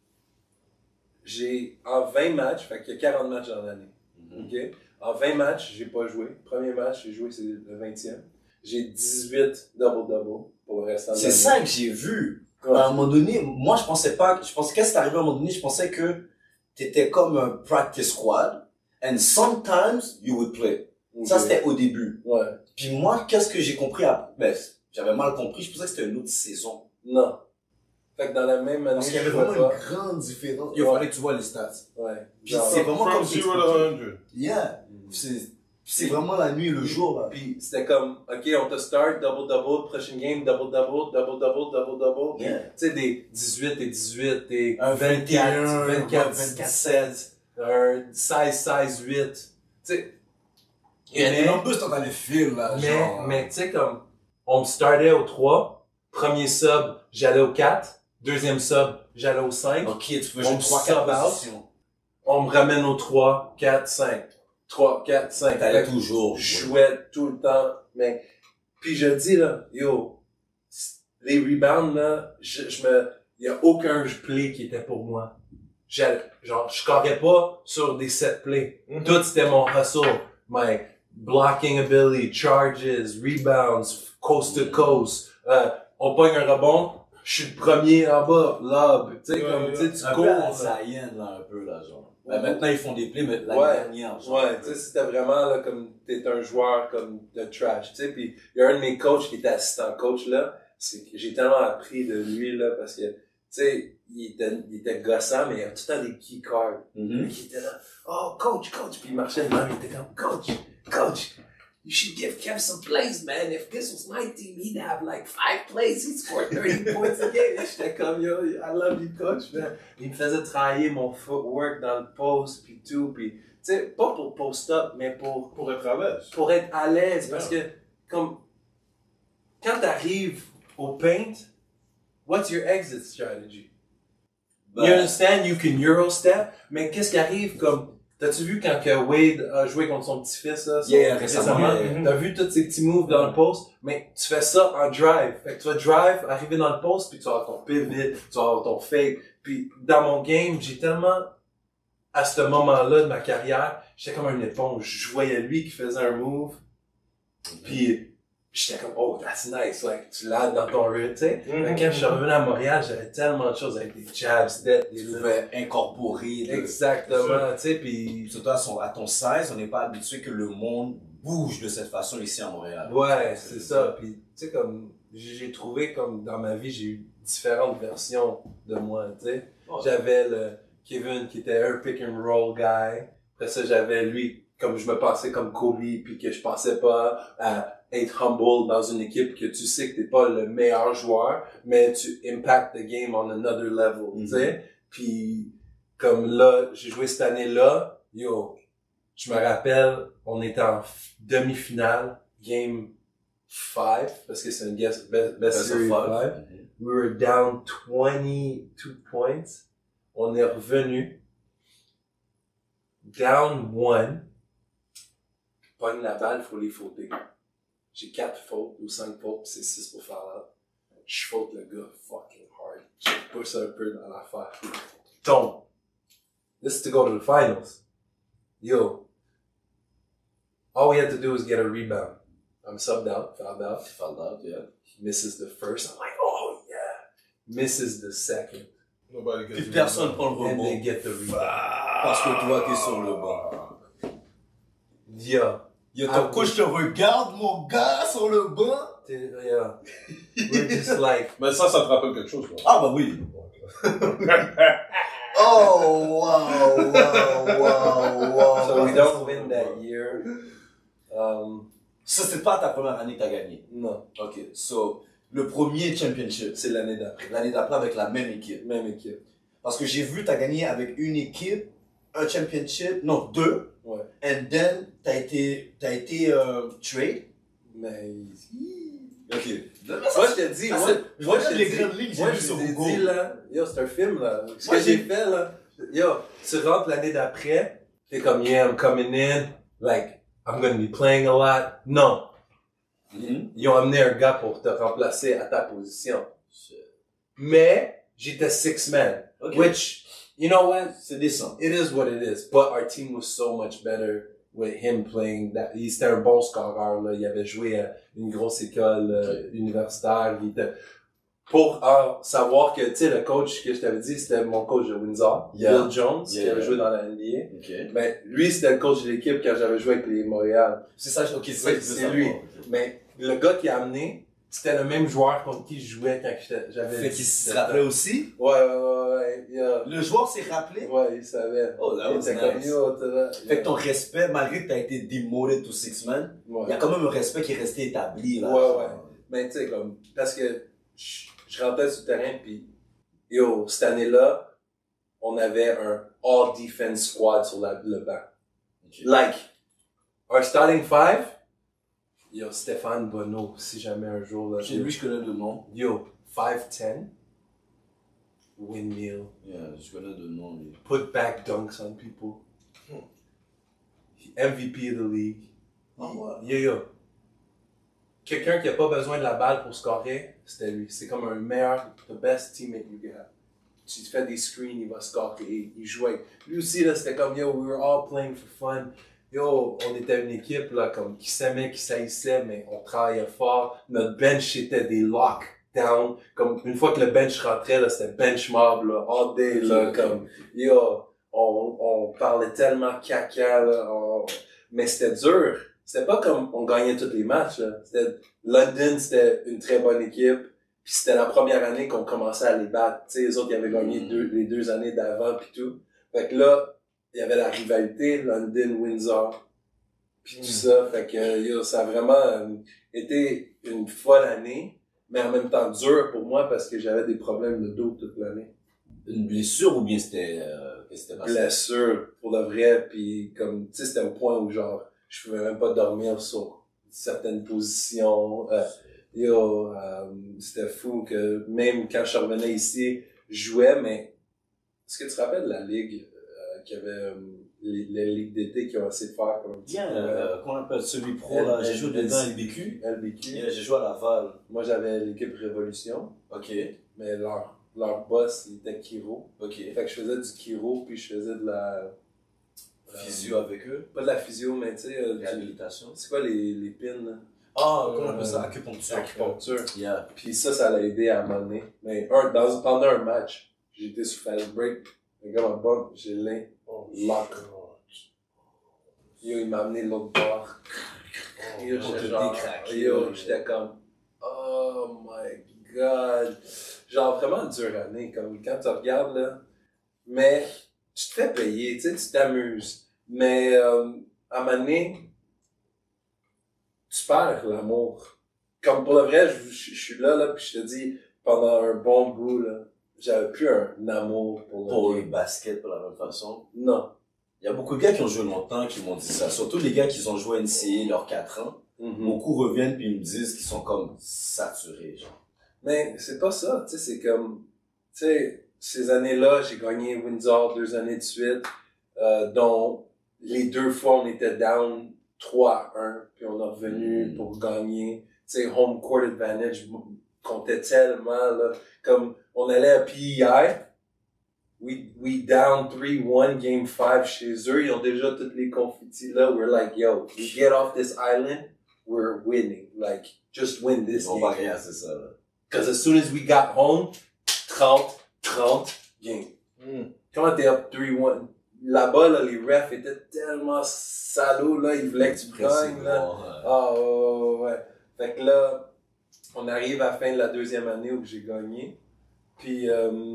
j'ai, en vingt matchs, fait qu'il y a quarante matchs dans l'année. Mhm. OK? En vingt matchs, j'ai pas joué. Premier match, j'ai joué, c'est le vingtième. J'ai dix-huit double-double pour le restant de C'est l'année. ça que j'ai vu. Ouais. À un moment donné, moi, je pensais pas, je pensais, quand c'est arrivé à un moment donné, je pensais que t'étais comme un practice squad, and sometimes you would play. Ok. Ça, c'était au début. Ouais. Puis moi, qu'est-ce que j'ai compris après? Ben, j'avais mal compris, je pensais que c'était une autre saison. Non. Fait que dans la même année, Parce qu'il y avait je jouais vraiment pas. une grande différence. Il Il fallait que tu vois les stats. Ouais. Puis Genre, c'est vraiment From comme zero tu to expliquais. hundred. Yeah. C'est, c'est vraiment la nuit et le jour, là. Puis c'était comme, OK, on te start, double-double, prochaine game, double-double, double-double, double-double. Yeah. Tu sais, des dix-huit et dix-huit, des Un vingt-quatre, vingt et un, vingt-quatre, ouais, vingt-quatre, seize, un seize, seize, huit. Tu sais, Il y a mais- des numbers dans le fil, là. Mais, genre. mais tu sais, comme, on me startait au trois, premier sub, j'allais au quatre, deuxième sub, j'allais au cinq, Ok, tu peux On jouer me trois, sub quatre out. positions. on me ramène au trois, quatre, cinq. trois, quatre, cinq. T'allais Fait que toujours. je jouais tout le temps, mais, puis je dis, là, yo, les rebounds, là, je, je me, y a aucun play qui était pour moi. J'allais, genre, je scorais pas sur des set plays. Mhm. Tout c'était mon hustle, my blocking ability, charges, rebounds, coast to coast. Euh, on pogne un rebond, je suis le premier en bas, lob. Tu sais, Ouais, comme, ouais, tu sais, tu Un cours. peu à la là. Zayn, là, un peu, là, genre. Ben, Ouais. maintenant, ils font des plays, mais l'année Ouais. dernière, genre. Ouais, tu sais, c'était vraiment là comme t'es un joueur comme de trash, tu sais. Puis il y a un de mes coachs qui était assistant coach là, c'est que j'ai tellement appris de lui là parce que tu sais, il était, il était gossant mais il a tout le temps des key cards. Mhm. Puis il était là, oh coach, coach, puis il marchait de même, il était comme coach, coach. You should give Kev some plays, man. If this was my team, he'd have like five plays. He'd score thirty points a game. Et j'étais comme, yo, I love you, coach, man. Il me faisait travailler mon footwork dans le post, puis tout. Puis, tu sais, pas pour post-up, mais pour, Pour être à l'aise. pour être à l'aise. Parce Yeah. que, comme, quand t'arrives au paint, what's your exit strategy? Ben, You understand, you can Euro step, mais qu'est-ce qui arrive comme T'as-tu vu quand que Wade a joué contre son petit-fils, là? Son, Yeah, récemment? récemment, yeah. T'as vu tous ces petits moves dans le post? Mais tu fais ça en drive. Fait que tu vas drive, arriver dans le post, puis tu vas avoir ton pivot, tu vas avoir ton fake. Puis dans mon game, j'ai tellement, à ce moment-là de ma carrière, j'étais comme une éponge. Je voyais lui qui faisait un move, puis j'étais comme, oh, that's nice. Like, tu l'as dans ton reel, tu sais. Mm-hmm. Fait que quand je suis revenu à Montréal, j'avais tellement de choses avec des jabs, des, Tu des pouvais incorporer. de- exactement, tu sais, puis Surtout à, son, à ton size, on n'est pas habitué que le monde bouge de cette façon ici à Montréal. ouais, c'est ça. Puis, tu sais, comme, j'ai j'ai trouvé comme dans ma vie, j'ai eu différentes versions de moi, tu sais. Ouais. J'avais le Kevin qui était un pick and roll guy. Après ça, j'avais lui, comme je me pensais comme Kobe, puis que je pensais pas à être humble dans une équipe que tu sais que t'es pas le meilleur joueur, mais tu impact the game on another level, tu sais. Puis, comme là, j'ai joué cette année-là, yo, je me rappelle, on était en f- demi-finale, game five, parce que c'est une guess, best, best Best of series five. five. We were down twenty-two points. On est revenu. Down one. Pogne la balle, faut les fauter. J'ai quatre fautes ou cinq fautes, pis c'est six pour faire là. Je faute le gars fucking hard. Je pousse un peu dans l'affaire. Tombe. This is to go to the finals. Yo. All we had to do was get a rebound. I'm subbed out, fouled out. Found out, yeah. He misses the first. I'm like, oh yeah. Misses the second. Nobody gets Puis it. personne prend le And they rebond. get the rebound. Parce que toi, t'es sur le banc. Yeah. Yo, Ah, ton coach te regarde, mon gars, sur le banc. Yeah. We're just like, Mais ça, ça te rappelle quelque chose, quoi. Ah bah oui. Oh, wow, wow, wow, wow. so we don't win that year. Um, Ça, c'est pas ta première année que t'as gagné. non. Ok, so, le premier championship, C'est l'année d'après. l'année d'après avec la même équipe. Même équipe. Parce que j'ai vu, t'as gagné avec une équipe, un championship, non, deux. Ouais. And then, t'as été, t'as été, euh, trade. Mais, Ok. moi je te dis, Ah, moi, c'est- moi je je te regarde les dis, grandes lignes, j'ai moi vu je sur t'ai Google. dit là, yo c'est un film là. Ce Moi, que j'ai j'ai- fait là, yo, tu rentres l'année d'après, t'es comme yeah I'm coming in, like I'm gonna be playing a lot. Non, Mhm. ils ont amené un gars pour te remplacer à ta position. Mais j'étais six man, Ok. which you know what, C'est décent. it is what it is. But our team was so much better with him playing that. Il était un bon scoreur, là. Il avait joué à une grosse école euh, universitaire. Il était... Pour euh, savoir que, tu sais, le coach que je t'avais dit, c'était mon coach de Windsor, Yeah. Bill Jones, qui Yeah. avait joué dans la N B A. Ok. Mais lui, c'était le coach de l'équipe quand j'avais joué avec les Montréal. C'est ça, ok, c'est ça Ouais, que je veux c'est savoir. lui. Ok. Mais le gars qui a amené, c'était le même joueur contre qui je jouais quand j'étais- j'avais Fait qu'il dix-sept se rappelait ans. aussi. Ouais, ouais, ouais, ouais. Yeah. Le joueur s'est rappelé. Ouais, il savait. Oh, that il was était comme, nice. yo, t'as là. Fait que ton respect, malgré que t'as été demoted to six man, Ouais. il y a quand même un respect qui est resté établi, là. Ouais, ouais. Mais tu sais, comme, parce que je, je rentrais sur le terrain, puis yo, cette année-là, on avait un all-defense squad sur la, le banc. Ok. Like, our starting five, yo, Stéphane Bonneau, si jamais un jour, là, Chez lui, je connais le nom. yo, five ten, windmill, Yeah, je connais le nom, lui. put back dunks on people, M V P of the league. Ah ouais. Yo, yo. Quelqu'un qui a pas besoin de la balle pour scorer, c'était lui. C'est comme un meilleur, the best teammate you can have. Tu fais des screens, il va scorer, il joue avec. Lui aussi, là, c'était comme, yo, we were all playing for fun. Yo, on était une équipe, là, comme, qui s'aimait, qui s'haïssait, mais on travaillait fort. Notre bench, c'était des lockdowns. Comme, une fois que le bench rentrait, là, c'était bench mob, là, all day, là, Ok. comme, yo, on, on parlait tellement caca, là, on- mais c'était dur. C'était pas comme on gagnait tous les matchs, là. C'était, London, c'était une très bonne équipe. Puis c'était la première année qu'on commençait à les battre. Tu sais, les autres, ils avaient gagné Mm. deux, les deux années d'avant puis tout. Fait que là, il y avait la rivalité, London, Windsor, puis tout ça. Fait que, yo, ça a vraiment euh, été une folle année, mais en même temps dur pour moi parce que j'avais des problèmes de dos toute l'année. Une blessure ou bien c'était, euh, qu'est-ce qui s'était passé? Blessure, pour de vrai, puis comme, tu sais, c'était au point où genre, je pouvais même pas dormir sur certaines positions. Euh, yo, euh, c'était fou que même quand je revenais ici, je jouais, mais est-ce que tu te rappelles de la ligue euh, qui avait euh, les, les ligues d'été qui ont essayé de faire comme un petit Bien, peu, euh, qu'on appelle semi-pro, L- là. J'ai joué L- dedans à L- L B Q. L B Q. Yeah, j'ai joué à Laval. Moi, j'avais l'équipe Révolution, Ok, mais leur, leur boss, il était Kiro. ok. Fait que je faisais du Kiro, puis je faisais de la... Physio avec eux. Pas de la physio, mais tu sais... euh, du- Réhabilitation. C'est quoi les, les pins, là? Ah, comment on appelle Euh, ça? Acupuncture. Acupuncture. Yeah. Puis ça, ça l'a aidé à m'amener. Mais un, dans, pendant un match, j'étais sur fast break. Le gars m'a bump, j'ai l'un. Oh, Lock. shit. Yo, il m'a amené de l'autre bord. Yo, pour j'étais te genre, décraquer, yo, là. j'étais comme, oh my god. Genre vraiment dure année, comme quand tu regardes là. Mais tu te fais payer, tu sais, tu t'amuses. Mais euh, à un moment donné, tu perds l'amour. Comme pour le vrai, je, je, je suis là, là, puis je te dis, pendant un bon bout, là, j'avais plus un amour pour le Pour le game. basket, de la même façon. Non. Il y a beaucoup de gars qui ont joué longtemps qui m'ont dit ça. Surtout les gars qui ont joué à N C A A leurs quatre ans. Mhm. Beaucoup reviennent puis ils me disent qu'ils sont comme saturés, genre. Mais c'est pas ça, tu sais, c'est comme, tu sais, ces années-là, j'ai gagné Windsor deux années de suite, euh, dont les deux fois on était down trois à un, puis on est revenu Mm. pour gagner. Tu sais, home court advantage comptait tellement, là, comme on allait à P E I, we, we down three one, game five chez eux, ils ont déjà toutes les confettis là, we're like, yo, we get off this island, we're winning, like, just win this Ils vont game. pas rien, c'est ça, là. Because as soon as we got home, trente trente game. Mm. Comment t'es up three one? Là-bas, là, les refs étaient tellement salauds, là, ils voulaient que tu gagnes, là. Ah, ouais, ouais, ouais, ouais. Fait que là, on arrive à la fin de la deuxième année où j'ai gagné. Puis, euh,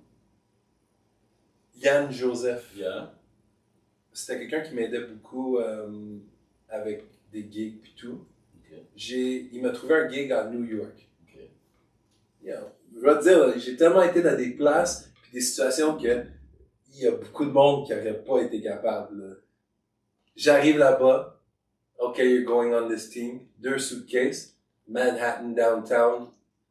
Yann Joseph, Yeah. c'était quelqu'un qui m'aidait beaucoup euh, avec des gigs et tout. Ok. J'ai, il m'a trouvé un gig à New York. Ok. Yeah. Je vais te dire, là, j'ai tellement été dans des places puis des situations que il y a beaucoup de monde qui n'aurait pas été capable. Là. J'arrive là-bas, OK, you're going on this team, deux suitcases, Manhattan, downtown.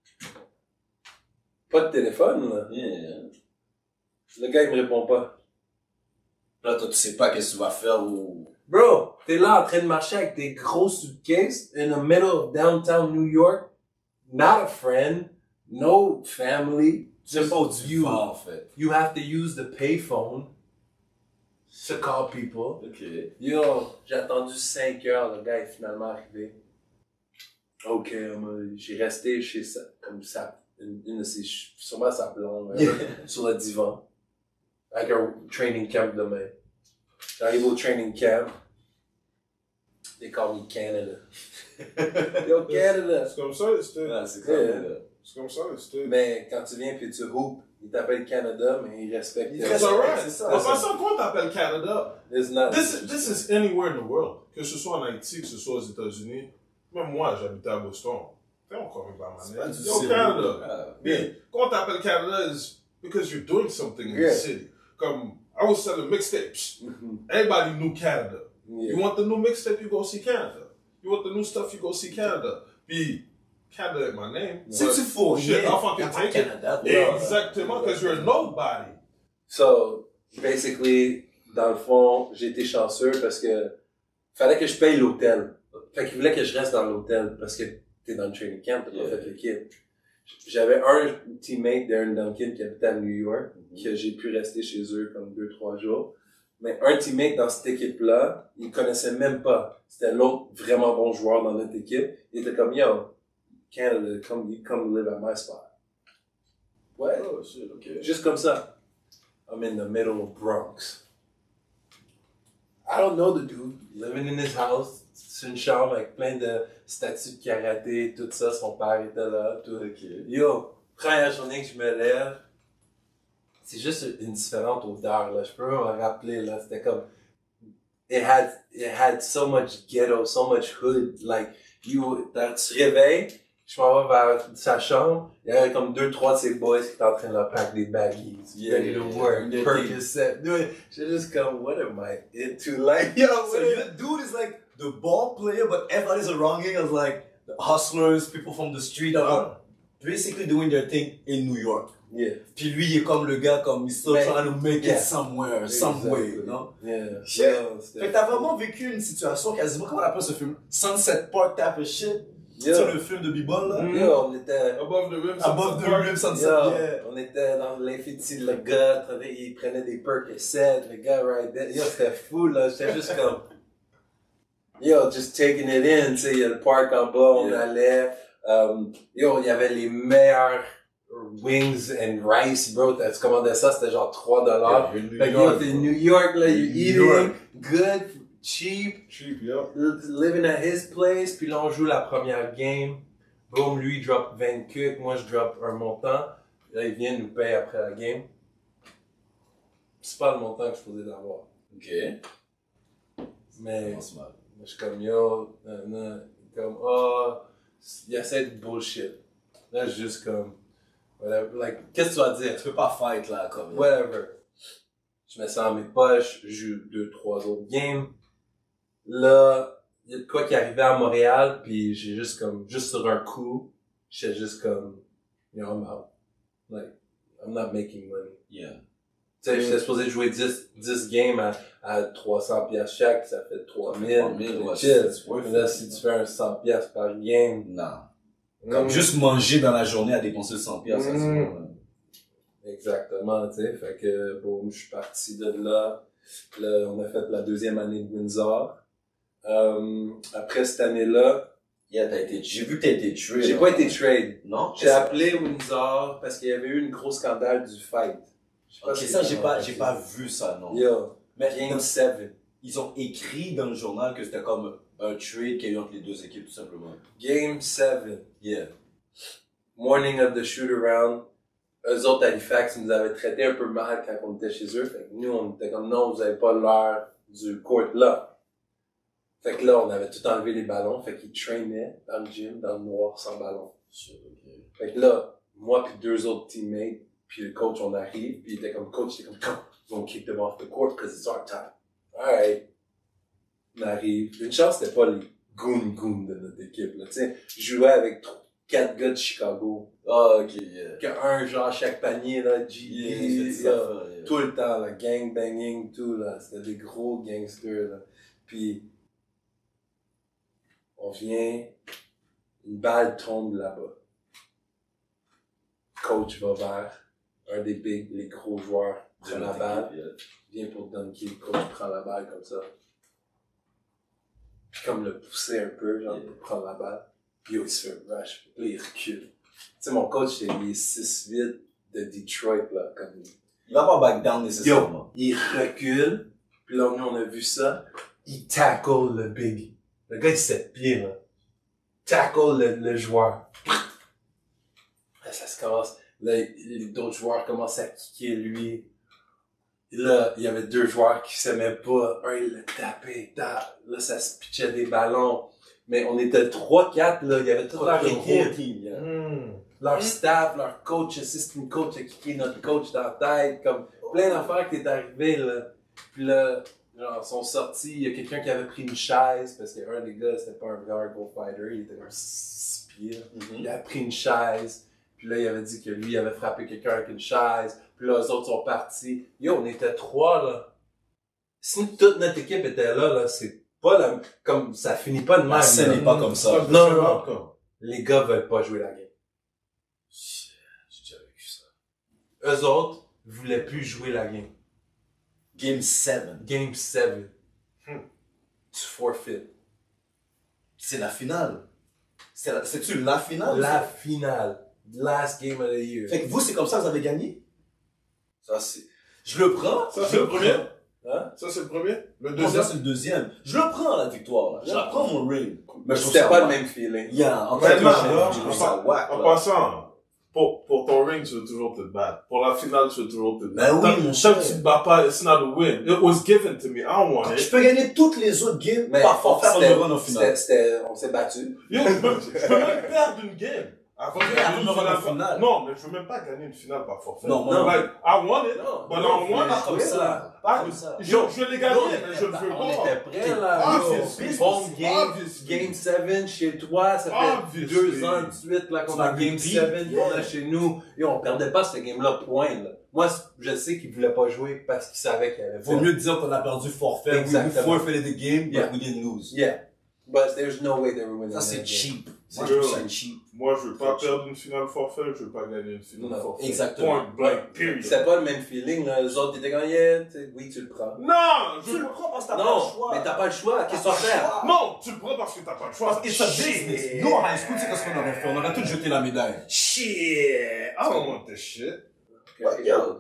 Pas de téléphone, là. Yeah. Le gars, il me répond pas. Là, toi, tu sais pas qu'est-ce que tu vas faire ou... Bro, t'es là en train de marcher avec des gros suitcases in the middle of downtown New York. Not a friend, no family. Tu sais pas où tu You. vas, en fait. You have to use the payphone to call people. Ok. Yo, j'ai attendu cinq heures, le gars est finalement arrivé. Ok, euh, j'ai resté chez ça, comme ça, une, une de ses, sûrement sa blonde, euh, sur le divan, avec un training camp demain. J'arrive au training camp, they call me Canada. Yo, Canada! C'est comme ça, c'était. Ah, c'est Yeah. comme là. C'est comme ça, c'était. Mais quand tu viens puis tu hoopes, ils t'appellent Canada, mais ils respectent. Ils euh, It's alright. C'est ça. En passant, quoi t'appelles Canada? It's not. This, this is anywhere in the world. Que ce soit en Haïti, que ce soit aux États-Unis. Même moi, j'habitais à Boston. T'es encore pas C'est mal. pas du Yo, sérieux. Canada. Ah, Mais quand t'appelles Canada is because you're doing something in Yeah. the city. Comme, I was selling mixtapes. Mhm. Everybody knew Canada. You Yeah. want the new mixtape, you go see Canada. You want the new stuff, you go see Canada. Puis, Canada is my name. Si but tu fous shit, rien, I'll fucking y'a pas take it. Canada. là. Exactement, because you're a nobody. So, basically, dans le fond, j'ai été chanceux parce que fallait que je paye l'hôtel. Fait qu'il voulait que je reste dans l'hôtel parce que t'es dans le training camp, t'as Yeah. pas fait l'équipe. J'avais un teammate, Darren Duncan, qui habitait à New York, Mhm. que j'ai pu rester chez eux comme deux, trois jours. Mais un teammate dans cette équipe-là, il connaissait même pas. C'était l'autre vraiment bon joueur dans notre équipe. Il était comme, yo, Canada, come, you come live at my spot. Ouais, Oh, shit, ok. juste comme ça. I'm in the middle of Bronx. I don't know the dude. Living in his house. C'est une chambre avec plein de statues de karaté, tout ça. Son père était là, tout. Ok. Yo, première journée que je me lève, c'est juste une différente odeur, là. Je peux me rappeler, là. C'était comme, it had, it had so much ghetto, so much hood. Like, you, tu te réveilles, je m'en vais vers sa chambre, il y avait comme deux, trois de ses boys qui étaient en train de leur pack des baggies. Yeah, ready to yeah, work, yeah. Percocet. Dude, j'étais juste comme, what am I into? Like, yo, So what is the dude is like the ball player, but everybody's around him is like the hustlers, people from the street. Are, basically doing their thing in New York. Yeah. Puis lui, il est comme le gars, comme, he's still Mais- trying to make yeah. it somewhere, some way, Exactly. non? Yeah. Shit. Yeah, c'était- Fait que t'as vraiment vécu une situation quasiment, comment on appelle ce film? Sunset Park type of shit? Yeah. Sur le film de B-Ball, là? Mm. Yo, on était... Above the rim, Above the rim, Sunset, Yo, yeah. on était dans l'infini, le gars, il prenait des Percocets, le gars right there. Yo, c'était fou, là. J'étais juste comme... Yo, just taking it in, tu sais, il y a le parc en bas, on Yeah. allait. Um, yo, il y avait les meilleurs wings and rice, bro. Tu commandais ça, c'était genre trois dollars. Yeah, New Fait que yo, York, t'es bro. New York, là, New you eating, York. good, cheap. Cheap, yeah. Living at his place, puis là on joue la première game. Boom, lui il drop vingt cucs, moi je drop un montant. Là il vient nous payer après la game. C'est pas le montant que je suis supposé d'avoir. Ok. Mais Commence mal. moi, je suis comme yo, nan, nan. Comme oh, il essaie de bullshit. Là je suis juste comme, whatever, like, qu'est-ce que tu vas dire? Tu peux pas fight, là, comme. Whatever. Je mets ça dans mes poches, je joue deux, trois autres games. Là, il y a de quoi qui arrivait à Montréal, puis j'ai juste comme, juste sur un coup, j'étais juste comme, you know, I'm out. Like, I'm not making money. Yeah. Tu sais, j'étais supposé jouer dix, dix games à, à trois cents piastres chaque, ça fait trois mille. trois mille, ouais, Chill. c'est worth Mais it. là, si tu fais un cent piastres par game, Non. Comme mm, juste manger dans la journée à dépenser cent piastres, ça, c'est Mm. bon, là. exactement, tu sais. Fait que, bon, je suis parti de là. Là, on a fait la deuxième année de Windsor. Euh, après cette année-là, Yeah, t'as été, j'ai vu que t'as été tué. j'ai là. pas été trade. Non? J'ai appelé Windsor parce qu'il y avait eu une grosse scandale du fight. Je sais Ok, si ça, t'as j'ai pas, entendu. j'ai pas vu ça, non. Yo, Mais Game comme- sept. ils ont écrit dans le journal que c'était comme un trade qu'il y a eu entre les deux équipes, tout simplement. Game sept. Yeah. Morning of the shoot-around. Eux autres, Halifax, ils nous avaient traité un peu mal quand on était chez eux. Fait que nous, on était comme, non, vous avez pas l'heure du court là. Fait que là, on avait tout enlevé les ballons. Fait qu'ils traînaient dans le gym, dans le noir, sans ballon. Fait que là, moi puis deux autres teammates, puis le coach, on arrive, puis il était comme, coach, il était comme, come, we're gonna kick them off the court because it's our time. Alright. On arrive. Une chance, c'était pas les goons goons de notre équipe, là. Tu sais, je jouais avec trois, quatre gars de Chicago. Ah, ok, yeah. Qu'un genre chaque panier, là, G D, Yeah, il fait des là, affaires, yeah. tout le temps, là, gang banging, tout, là. C'était des gros gangsters, là. Puis, on vient, une balle tombe là-bas. Coach va vers un des big, les gros joueurs, prend la balle, Yeah. vient pour dunker, le coach prend la balle comme ça. Puis comme le pousser un peu, genre, Yeah. pour prendre la balle. Puis yo, il se fait rush, puis là, il recule. Tu sais, mon coach, il est six huit de Detroit, là, comme Il va pas back down Yo, nécessairement. il recule, puis là, nous, on a vu ça, il tackle le big. Le gars, il sept pieds, là. Tackle le, le joueur. Là, ça se commence. Là, les d'autres joueurs commencent à kicker lui. Et là, il y avait deux joueurs qui s'aimaient pas. Un, il l'a tapé, tap. Là, ça se pitchait des ballons. Mais on était trois quatre, là. Il y avait toute leur équipe. Yeah. Mm. Leur staff, leur coach, assistant coach a kické notre coach dans la tête, comme plein d'affaires qui est arrivé, là. Puis là, genre, ils sont sortis, il y a quelqu'un qui avait pris une chaise, parce qu'un des gars, c'était pas un vrai hardcore fighter, il était comme six pieds. Mhm. Il a pris une chaise, puis là, il avait dit que lui, il avait frappé quelqu'un avec une chaise, puis là, eux autres sont partis. Yo, on était trois, là. Si toute notre équipe était là, là, c'est pas la, comme, ça finit pas de même. La scène là. n'est pas comme ça. Non, non, non. Les gars veulent pas jouer la game. J'ai déjà vécu ça. Eux autres voulaient plus jouer la game. Game sept. Game sept. Hmm. Tu forfeit. C'est la finale. C'est la- C'est-tu la finale? La ça? finale. Last game of the year. Fait que vous, c'est comme ça que vous avez gagné? Ça, c'est... Je le prends. Ça, je c'est le prends. premier? Hein? Ça, c'est le premier? Le Non, deuxième? ça, c'est le deuxième. Je le prends, la victoire, là. Je la prends, mon ring. Mais je trouve C'était ça pas le whack. même feeling. Yeah, en Mais fait, non, je non, je trouve en ça whack, En là. passant, pour, pour ton ring, tu veux toujours te battre. Pour la finale, tu veux toujours te battre. Ben oui, Tant- mon tant cher. que tu te bats pas, it's not a win. It was given to me. I don't want Je it. peux gagner toutes les autres games, Mais par forfait, on c'était- me run au c'était, final. c'était, on s'est battu. Yo, je peux, je peux même perdre une game. Avant de Yeah, gagner une on me run finale. au final. Non, mais je veux même pas gagner une finale par forfait. Non, non. Like, I want it. Non. But I want Pas it. comme ça. Ah, Comme ça. Je, je l'ai gagné, Non, mais je le veux on pas. était prêts, là. Ah, yo. c'est Obviously. home game, Obviously. game sept chez toi, ça fait Obviously. deux ans de suite là, qu'on Tu a l'as game repeat, sept yeah. qu'on a chez nous. Et on perdait pas ce game-là, point. Là. Moi, je sais qu'il voulait pas jouer parce qu'il savait qu'il avait Vaut fait. mieux dire qu'on a perdu forfait. We, we Exactement. forfeited the game, Yeah. but we didn't lose. Yeah. But there's no way they were winning Ça, c'est that game. cheap. C'est Moi, je trouve girl. ça cheap. Moi, je veux pas perdre une finale forfait, je veux pas gagner une finale Non, forfait. exactement. Point blank, period. C'était pas le même feeling, là. Les autres étaient comme, yeah, tu sais, oui, tu le prends. Non, je Tu veux le pas. prends parce que t'as pas Non, le choix. mais t'as pas le choix. Qu'est-ce qu'on T'as pas le fait? choix. Non, tu le prends parce que t'as pas le choix. Parce que c'est un business. Nous, en high school, tu sais qu'est-ce qu'on aurait fait? On aurait tous jeté la médaille. Shit. I don't want this shit. Okay. Yo.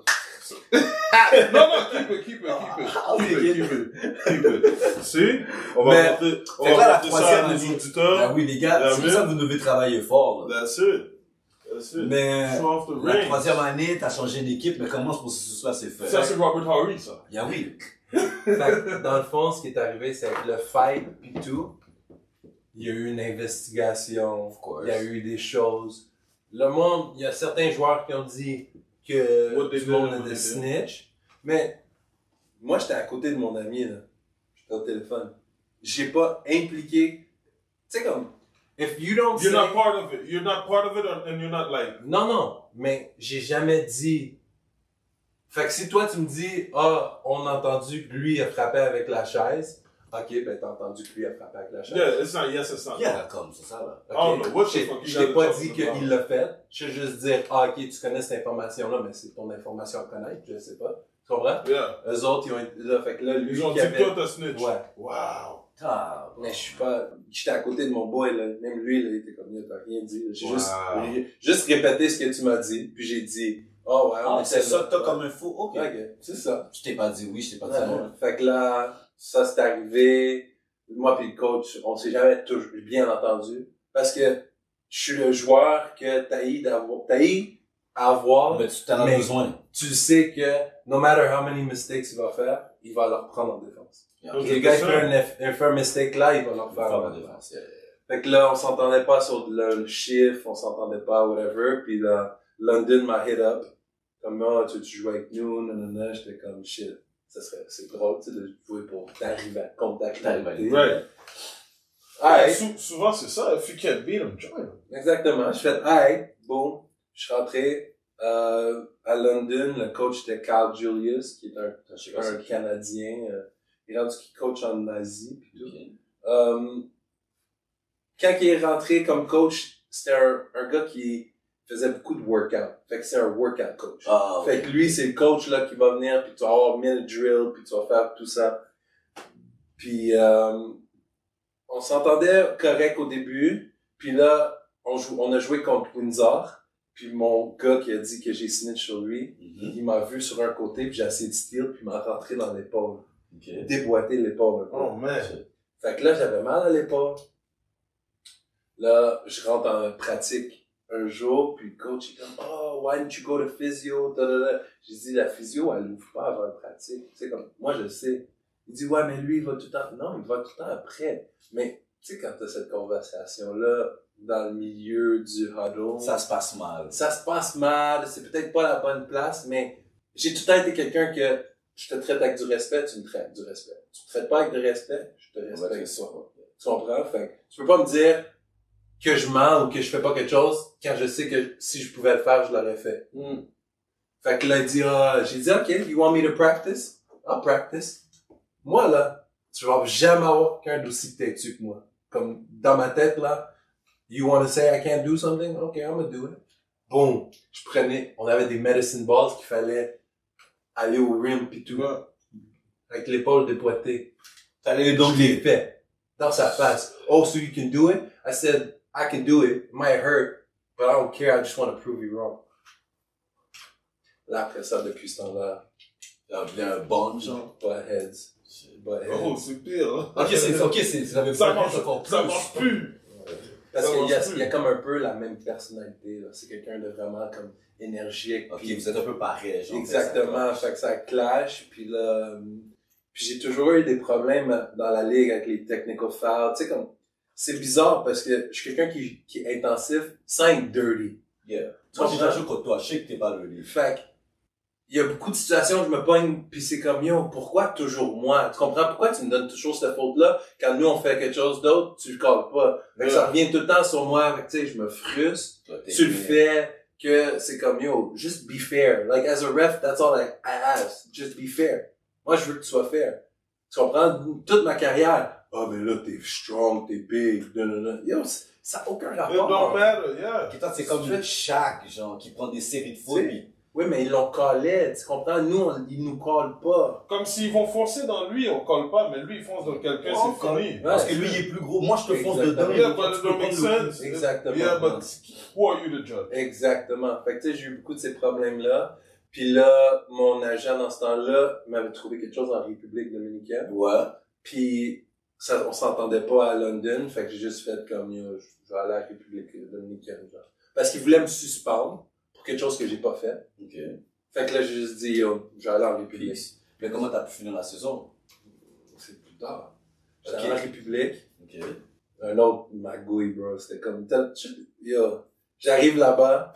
Non, non, keep it, keep it, keep it. Keep it, keep it, keep it. Si, on va Mais, monter, on fait que va là, la monter ça troisième à nos année- auditeurs. Ben oui, les gars, La c'est pour mienne. ça que vous devez travailler fort, là. That's it. That's it. Mais, Show off the la ring. troisième année, t'as changé d'équipe, mais comment ce processus-là s'est fait? Ça, c'est Robert Horry, ça. Yeah, oui. Fait que, dans le fond, ce qui est arrivé, c'est que le fight pis tout, il y a eu une investigation, Of course. il y a eu des choses. Le monde, il y a certains joueurs qui ont dit que What they tout did, le monde what était they did. snitch, mais moi, j'étais à côté de mon ami, là. J'étais au téléphone. J'ai pas impliqué, tu sais comme, if you don't You're say... not part of it. You're not part of it, and you're not like. Non, non, mais j'ai jamais dit. Fait que si toi tu me dis, ah, on a entendu que lui a frappé avec la chaise, ok, ben t'as entendu que lui a frappé avec la chaise. Yeah, it's not yes, it's not. Yeah, comme, c'est ça, là. Ok. I don't know, what the Je- fuck you Je t'ai guys pas are dit talking about? qu'il l'a fait. Je vais juste dire, ah, ok, tu connais cette information-là, mais c'est ton information à connaître, je sais pas. Tu comprends? Yeah. Eux autres, ils ont été là, fait que là, lui, Ils ont qui dit avait... que toi, t'as snitch. Ouais. Wow. Ah, Mais je suis pas, j'étais à côté de mon boy, là. Même lui, là, il était comme, il t'as rien dit. J'ai Wow. juste, j'ai juste répété ce que tu m'as dit, puis j'ai dit, oh ouais, on Ah, était c'est ça là. que t'as comme info? Ok. Ok, c'est ça. Je t'ai pas dit oui, je t'ai pas dit Ouais. non. Fait que là, ça c'est arrivé. Moi puis le coach, on s'est jamais toujours bien entendu. Parce que je suis le joueur que t'haïs d'avoir, t'haïs à avoir. Mais tu t'en as Mais- besoin. Tu sais que, no matter how many mistakes il va faire, il va le reprendre en défense. Yeah. Donc, Le c'est gars, il ça. fait un, eff- un fait un mistake là, il va le refaire Faire en la défense. défense. Yeah, yeah, yeah. Fait que là, on s'entendait pas sur le, le chiffre, on s'entendait pas, whatever. Puis là, London m'a hit up. Comme, oh, tu veux tu joues avec nous, nanana. J'étais comme, shit. Ça serait, c'est drôle, tu sais, de jouer pour t'arriver à contre ta T'arrives à qualité. Right. Alright. Sou- souvent, c'est ça. If you can't beat them, join them. Exactement. Je fais, alright, bon. Je suis rentré, euh, à London. Le coach était Carl Julius, qui est un, Je sais pas un c'est qui. Canadien. Euh, il est rendu qui coach en Asie, pis tout. Ok. Euh, quand il est rentré comme coach, c'était un, un gars qui faisait beaucoup de workout. Fait que c'est un workout coach. Ah, Fait que lui, c'est le coach là qui va venir, puis tu vas avoir mille drills, puis tu vas faire tout ça. Puis euh, on s'entendait correct au début, puis là, on, joue, on a joué contre Windsor, puis mon gars qui a dit que j'ai snitch sur lui, Mhm. il m'a vu sur un côté, puis j'ai essayé de steal, puis il m'a rentré dans l'épaule. Ok. Déboîté l'épaule un peu. Oh, man. Fait que là, j'avais mal à l'épaule. Là, je rentre en pratique un jour, puis le coach est comme, oh, why didn't you go to physio? Da, da, da. J'ai dit, la physio, elle ouvre pas avant une pratique. Tu sais, comme, moi, je sais. Il dit, ouais, mais lui, il va tout le temps. Non, il va tout le temps après. Mais, tu sais, quand t'as cette conversation-là, dans le milieu du huddle, Ça se passe mal. ça se passe mal, c'est peut-être pas la bonne place, mais j'ai tout le temps été quelqu'un que je te traite avec du respect, tu me traites avec du respect. Tu me traites pas avec du respect, je te On va respecte. faire ça. Tu comprends? Fait que tu peux pas me dire que je mens ou que je fais pas quelque chose quand je sais que si je pouvais le faire, je l'aurais fait. Hmm. Fait que là, il dit, ah, j'ai dit, OK, you want me to practice? I'll practice. Moi, là, tu vas jamais avoir quelqu'un d'aussi têtu que moi. Comme, dans ma tête, là, you want to say I can't do something? OK, I'm gonna do it. Boom. Je prenais, on avait des medicine balls qu'il fallait aller au rim pis tout. Avec l'épaule déboîtée. T'allais les Donc, je l'ai donner. fait. Dans sa face. Oh, so you can do it? I said, I can do it. It might hurt, but I don't care. I just want to prove you wrong. Là, après ça, depuis ce temps-là, Il y a un bon, genre. butt heads. Butt Oh, heads. c'est pire, hein. Ok, c'est, ok, c'est, ça avait Ça pas marche, encore plus. ça marche plus. Parce Ça qu'il y a, marche plus. il y a comme un peu la même personnalité, là. C'est quelqu'un de vraiment comme énergique. Ok, puis- vous êtes un peu pareil, genre. Exactement, fait que ça clash, puis là, euh, puis j'ai toujours eu des problèmes dans la ligue avec les technical fouls, tu sais comme, c'est bizarre parce que je suis quelqu'un qui, qui est intensif sans être dirty. Yeah. Tu Moi, j'ai comprends? déjà joué contre toi. Je sais que t'es pas le livre. Fait que, il y a beaucoup de situations où je me pogne pis c'est comme, yo, pourquoi toujours moi? Tu comprends? Pourquoi tu me donnes toujours cette faute-là? Quand nous, on fait quelque chose d'autre, tu le colles pas. Fait que ça revient tout le temps sur moi. Fait que, tu sais, je me frustre. Toi, t'es Tu le bien. fais que c'est comme, yo, just be fair. Like, as a ref, that's all I, I ask. Just be fair. Moi, je veux que tu sois fair. Tu comprends? Toute ma carrière. Ah, oh, mais là, t'es strong, t'es big, non, non, non. Yo, ça n'a aucun It rapport. don't matter, yeah. Et toi, c'est comme le Shaq, genre, qui prend des séries de foot, C'est- pis Oui, mais ils l'ont collé, tu comprends? Nous, on, ils nous collent pas. Comme s'ils vont foncer dans lui, on colle pas, mais lui, il fonce dans quelqu'un, On c'est colle. fini. parce que lui, il est plus gros. Moi, je te fonce Exactement. dedans. Yeah, et toi, but tu it peux don't make prendre le coup. sense. Exactement. Yeah, but who are you to judge? Exactement. Fait que, tu sais, j'ai eu beaucoup de ces problèmes-là. Puis là, mon agent, dans ce temps-là, m'avait trouvé quelque chose en République dominicaine. Ouais. Puis, ça, on s'entendait pas à London. Fait que j'ai juste fait comme, yo, je vais aller à la République dominicaine, genre. Parce qu'il voulait me suspendre pour quelque chose que j'ai pas fait. Ok. Fait que là, j'ai juste dit, yo, je vais aller en République. Puis, mais comment t'as pu finir la saison? C'est plus tard. J'étais Ok. allé en République. Ok. Un autre magouille, bro. C'était comme, tel, yo, j'arrive là-bas.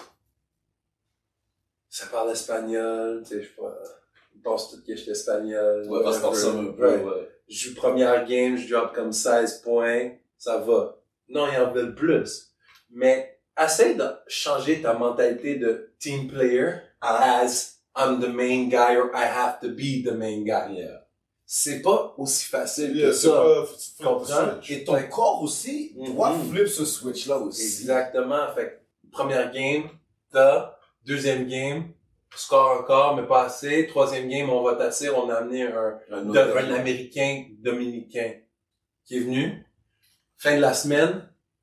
Ça parle espagnol, tu sais, je sais pas. Ils pensent tous que j'étais espagnol. Ouais, parce qu'on whatever. ressemble un peu, Ouais. ouais. Je joue première game, je drop comme seize points. Ça va. Non, ils en veulent plus. Mais, essaye de changer ta mentalité de team player Ah. as I'm the main guy or I have to be the main guy. Yeah. C'est pas aussi facile Yeah, que c'est ça. pas flip the Comprends? switch. Et ton corps aussi Mhm. doit flip ce switch-là aussi. Exactement. Fait que, première game, t'as. Deuxième game, score encore, mais pas assez. Troisième game, on va tasser. On a amené un, Un de- autre un agent. Américain dominicain qui est venu. Fin de la semaine.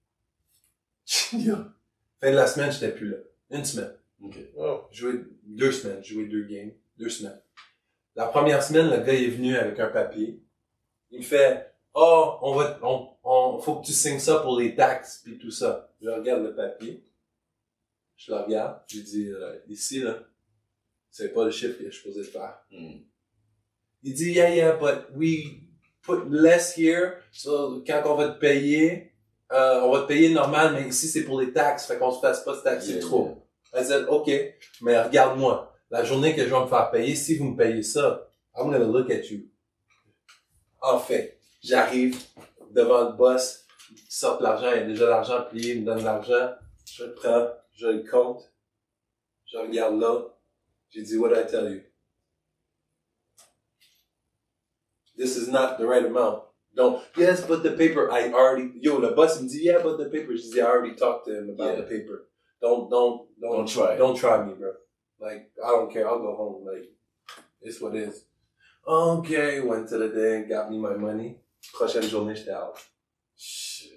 Fin de la semaine, j'étais plus là. Une semaine. Ok. Oh. Joué deux semaines. J'ai joué deux games. Deux semaines. La première semaine, le gars est venu avec un papier. Il me fait, oh, on va, on, on, faut que tu signes ça pour les taxes pis tout ça. Je regarde le papier. Je le regarde. Je lui dis, euh, ici, là, c'est pas le chiffre que je suis supposé faire. Hmm. Il dit, yeah, yeah, but we put less here. So, quand on va te payer, euh, on va te payer normal, mais ici, c'est pour les taxes. Fait qu'on se fasse pas se taxer Yeah, trop. Elle dit, OK, mais regarde-moi. La journée que je vais me faire payer, si vous me payez ça, I'm gonna look at you. En fait, j'arrive devant le boss, il sort l'argent, il y a déjà l'argent plié, il me donne l'argent, je le prends, je le compte, je regarde là, j'ai dit, what did I tell you? This is not the right amount. Donc, yes, but the paper, I already, yo, le boss, il me dit, yeah, but the paper. Je dis, I already talked to him about Yeah. the paper. Don't, don't, don't, Don't try. Don't try me, bro. Like, I don't care, I'll go home. Like, it's what it is. Okay, went to the thing, got me my money. Prochaine journée, j'étais out. Shit.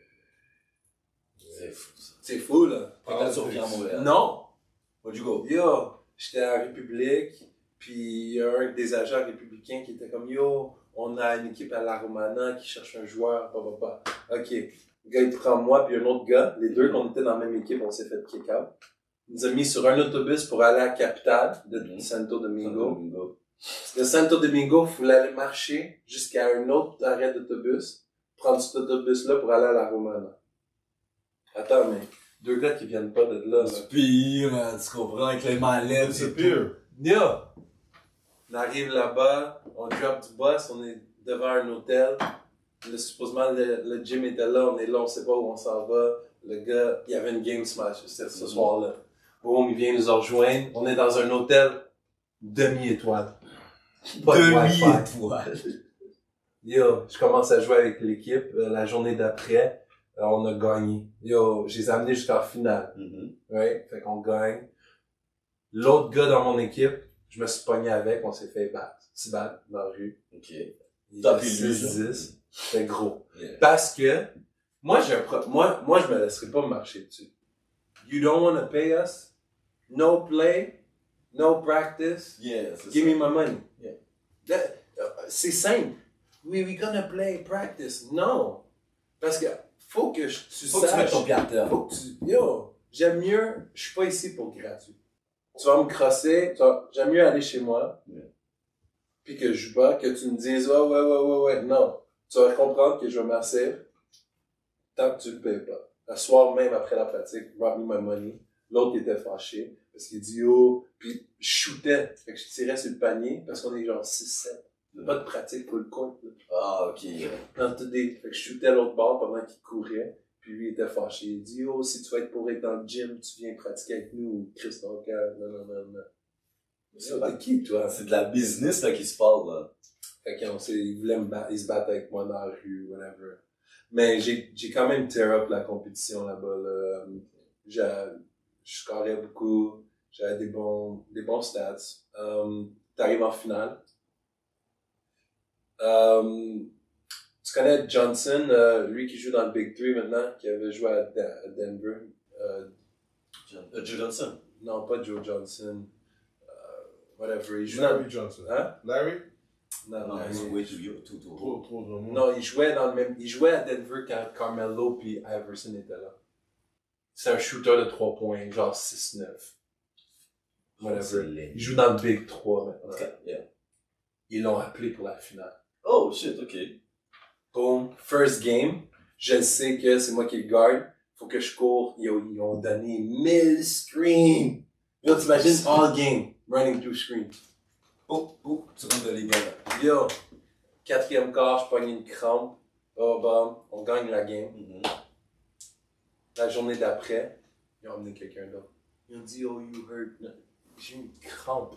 C'est fou, ça. C'est fou, là. Fait que là, tu reviens à Montréal. Non. Where'd you go? Yo, j'étais à la République, puis il y a un des agents républicains qui était comme, yo, on a une équipe à la Romana qui cherche un joueur, bah, bah, bah. Ok. Le gars, il prend moi, puis un autre gars. Les deux, qu'on était dans la même équipe, on s'est fait kick out. Il nous a mis sur un autobus pour aller à la capitale de Mhm. Santo Domingo. Domingo. De Santo Domingo, il fallait aller marcher jusqu'à un autre arrêt d'autobus, prendre cet autobus-là pour aller à la Romana. Attends, mais deux gars qui viennent pas de là, là. C'est pire, man, tu comprends, avec les mallettes C'est et pire. Yo! On arrive là-bas, on drop du bus, on est devant un hôtel. Le, supposément, le, le gym était là, on est là, on sait pas où on s'en va. Le gars, il y avait une game smash, c'était ce Mhm. soir-là. Boum, il vient nous rejoindre. On est dans un hôtel demi-étoile. Pas de Wi-Fi. demi-étoile. Yo, je commence à jouer avec l'équipe. Euh, la journée d'après, euh, on a gagné. Yo, je les ai amenés jusqu'en finale. Mhm. Ouais, fait qu'on gagne. L'autre gars dans mon équipe, je me suis pogné avec, on s'est fait battre. Se battre dans la rue. Ok. Il T'as était pu lui, six dix. C'était gros. Yeah. Parce que, moi, j'ai un pro- moi, moi, je me laisserai pas me marcher dessus. You don't want to pay us? No play? No practice? Yeah, c'est Give ça. me my money. Yeah. That- uh, c'est simple. We, we gonna play practice. Non. Parce que, faut que je- tu Faut que tu saches. mettes ton pied à terre. Faut que tu, yo, j'aime mieux, je suis pas ici pour gratuit. Tu vas me crosser, tu vas- j'aime mieux aller chez moi, Yeah. puis que je joue pas, que tu me dises, ouais, ouais, ouais, ouais, ouais, non. Tu vas comprendre que je vais m'asseoir tant que tu le payes pas. Le soir même après la pratique, brought me my money. L'autre était fâché. Parce qu'il dit, oh, puis je shootais. Fait que je tirais sur le panier, parce qu'on est genre six sept. Pas de pratique pour le court, là. Ah, ok. Dans tout des... Fait que je shootais l'autre bord pendant qu'il courait. Puis lui, il était fâché. Il dit, oh, si tu vas être pour être dans le gym, tu viens pratiquer avec nous, ou Chris Duncan. Non, non, non, non. C'est de qui, toi? C'est de la business, là, qui se parle, là. Fait qu'on s'est, il voulait me battre, il se battre avec moi dans la rue, whatever. Mais j'ai, j'ai quand même tear up la compétition là-bas, là. J'ai, je scorais beaucoup. J'avais des bons, des bons stats. Um, t'arrives en finale. Um, tu connais Johnson, euh, lui qui joue dans le Big Three maintenant, qui avait joué à, De- à Denver. Euh, John, euh, Joe Johnson. non, pas Joe Johnson. Euh, whatever. Il joue dans... Larry Johnson. Hein? Larry? Non, Non, non, c'est il- way too, yo- too, too. Trop, trop de monde. non, il jouait dans le même... Il jouait à Denver quand Carmelo puis Iverson étaient là. C'est un shooter de trois points, genre six neuf. C'est Whatever. laid. Il joue dans le Big trois En maintenant. tout cas, yeah. Ils l'ont appelé pour la finale. Oh, shit, ok. Boom, first game. Je sais que c'est moi qui le garde. Faut que je cours. Ils ont, ils ont donné mille screens. Yo, t'imagines all game, running through screens. Oh, oh, tu rentres de les gars, là. Yo, quatrième quart, je pogne une crampe. Oh, bam, on gagne la game. Mhm. La journée d'après, ils ont amené quelqu'un d'autre. Ils ont dit, oh, you hurt. J'ai une crampe.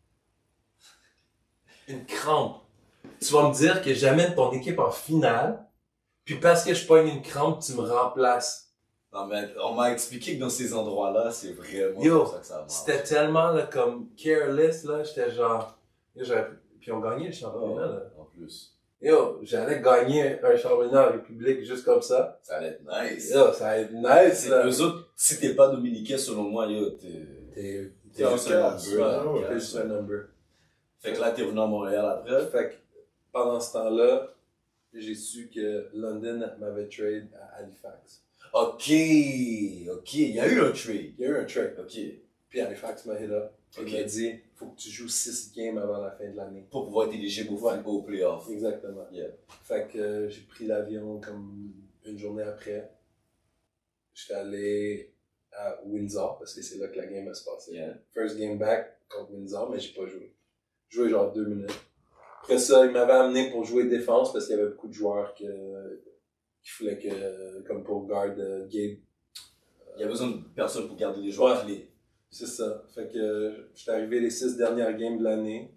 Une crampe. Tu vas me dire que j'amène ton équipe en finale, puis parce que je pogne une crampe, tu me remplaces. Non, mais on m'a expliqué que dans ces endroits-là, c'est vraiment Yo, comme ça que ça marche. C'était tellement là, comme careless, là, j'étais genre... Yo, j'aurais pu- Puis on gagnait le Oh, championnat, là. en plus. Yo, j'allais gagner un championnat en République juste comme ça. Ça allait être nice. Yo, ça va être nice, C'est là. eux autres, si t'es pas dominicain, selon moi, yo, t'es, T'es... t'es en juste un casse, number, là. ouais, ouais. T'es Casse. juste un number. Fait que là, t'es revenu à Montréal après. Fait que pendant ce temps-là, j'ai su que London m'avait trade à Halifax. Ok, ok, il y a eu un trade. Il y a eu un trade. Ok, Puis Halifax m'a hit up. Il Ok. m'a dit, faut que tu joues six games avant la fin de l'année. pour pouvoir être éligible au, Ouais. au playoff. Exactement. Yeah. Fait que euh, j'ai pris l'avion comme une journée après. J'étais allé à Windsor parce que c'est là que la game va se passer. Yeah. First game back contre Windsor, mais j'ai pas joué. J'ai joué genre deux minutes. Après ça, il m'avait amené pour jouer défense parce qu'il y avait beaucoup de joueurs que, qu'il fallait que, comme pour guard euh, Gabe. Il y a besoin de personnes pour garder les joueurs Ouais. clés. C'est ça. Fait que euh, j'étais arrivé les six dernières games de l'année.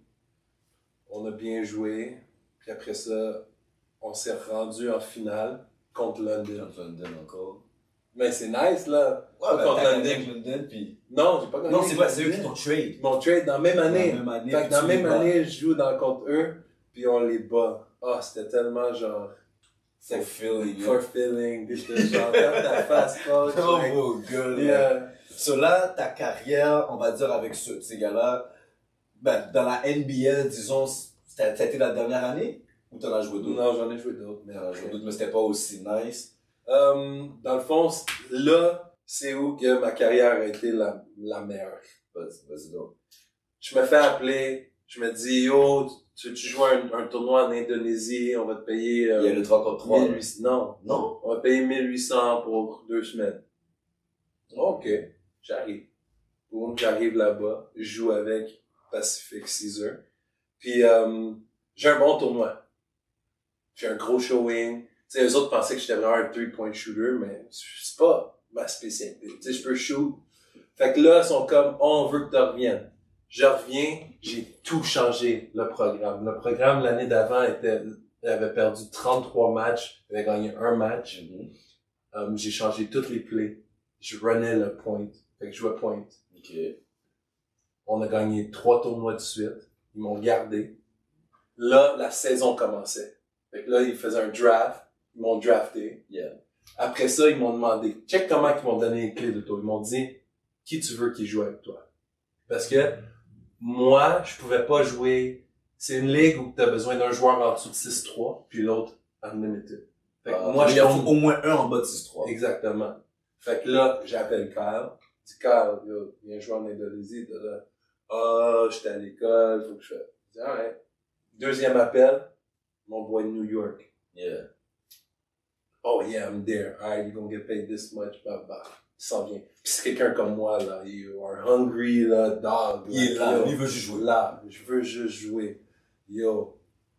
On a bien joué. Puis après ça, on s'est rendu en finale contre London. Contre London encore. Mais c'est nice, là. Ouais, Pas ben, contre t'as London. gagné avec London, puis... Non, j'ai pas gagné. Non, c'est avec vrai, c'est eux London. qui t'ont trade. Ils m'ont trade dans la même année. Dans la même année, Fait que puis dans la tu même les bats. année, je joue dans, contre eux, puis on les bat. Ah, c'était tellement genre... For feeling, yeah. For feeling. Puis j'étais genre, ferme ta face, coach. Oh, Like, mon gars, là. yeah. So là, ta carrière, on va dire avec ce- ces gars-là, ben, dans la N B L, disons, ça a été la dernière année? Ou t'en as joué d'autres? Non, j'en ai joué d'autres. Mais, T'en as joué d'autres, mais c'était pas aussi nice. Euh, dans le fond, c- là, c'est où que ma carrière a été la, la meilleure. Vas-y, vas-y donc. Je me fais appeler, je me dis, yo, tu, tu joues un, un tournoi en Indonésie, on va te payer euh, Il y a le trois contre trois. mille huit cents. Non, Non? on va payer mille huit cents pour deux semaines. Ok, j'arrive. Boum, j'arrive là-bas, je joue avec Pacific Caesar. Puis, euh, j'ai un bon tournoi. J'ai un gros showing. Tu sais, eux autres pensaient que j'étais vraiment un three-point shooter, mais c'est pas ma spécialité. Tu sais, je peux shoot. Fait que là, ils sont comme, oh, on veut que tu reviennes. Je reviens, j'ai tout changé, le programme. Le programme, l'année d'avant, était, avait perdu trente-trois matchs, avait gagné un match. Mhm. Um, j'ai changé toutes les plays. Je runnais le point. Fait que je jouais point. Ok. On a gagné trois tournois de suite. Ils m'ont gardé. Là, la saison commençait. Fait que là, ils faisaient un draft. Ils m'ont drafté. Yeah. Après ça, ils m'ont demandé, check comment ils m'ont donné les clés de toi. Ils m'ont dit, qui tu veux qui joue avec toi? Parce que, moi, je pouvais pas jouer. C'est une ligue où tu as besoin d'un joueur en dessous de six trois, puis l'autre unlimited. Fait que Ah, moi, il je y a tombe- au moins un en bas de six trois. Exactement. Fait que là, j'appelle Kyle. Je dis, Kyle, yo, il y a un joueur en Indonésie, de là. Ah, j'étais à l'école, faut que je fasse. Je dis, alright. Deuxième appel, mon boy de New York. Yeah. Oh yeah, I'm there. Alright, you're gonna get paid this much, blah, blah. s'en vient. Puis c'est quelqu'un comme moi, là, you are hungry, là, dog. Il est là, yo, lui, il veut juste jouer. Là, je veux juste jouer. Yo.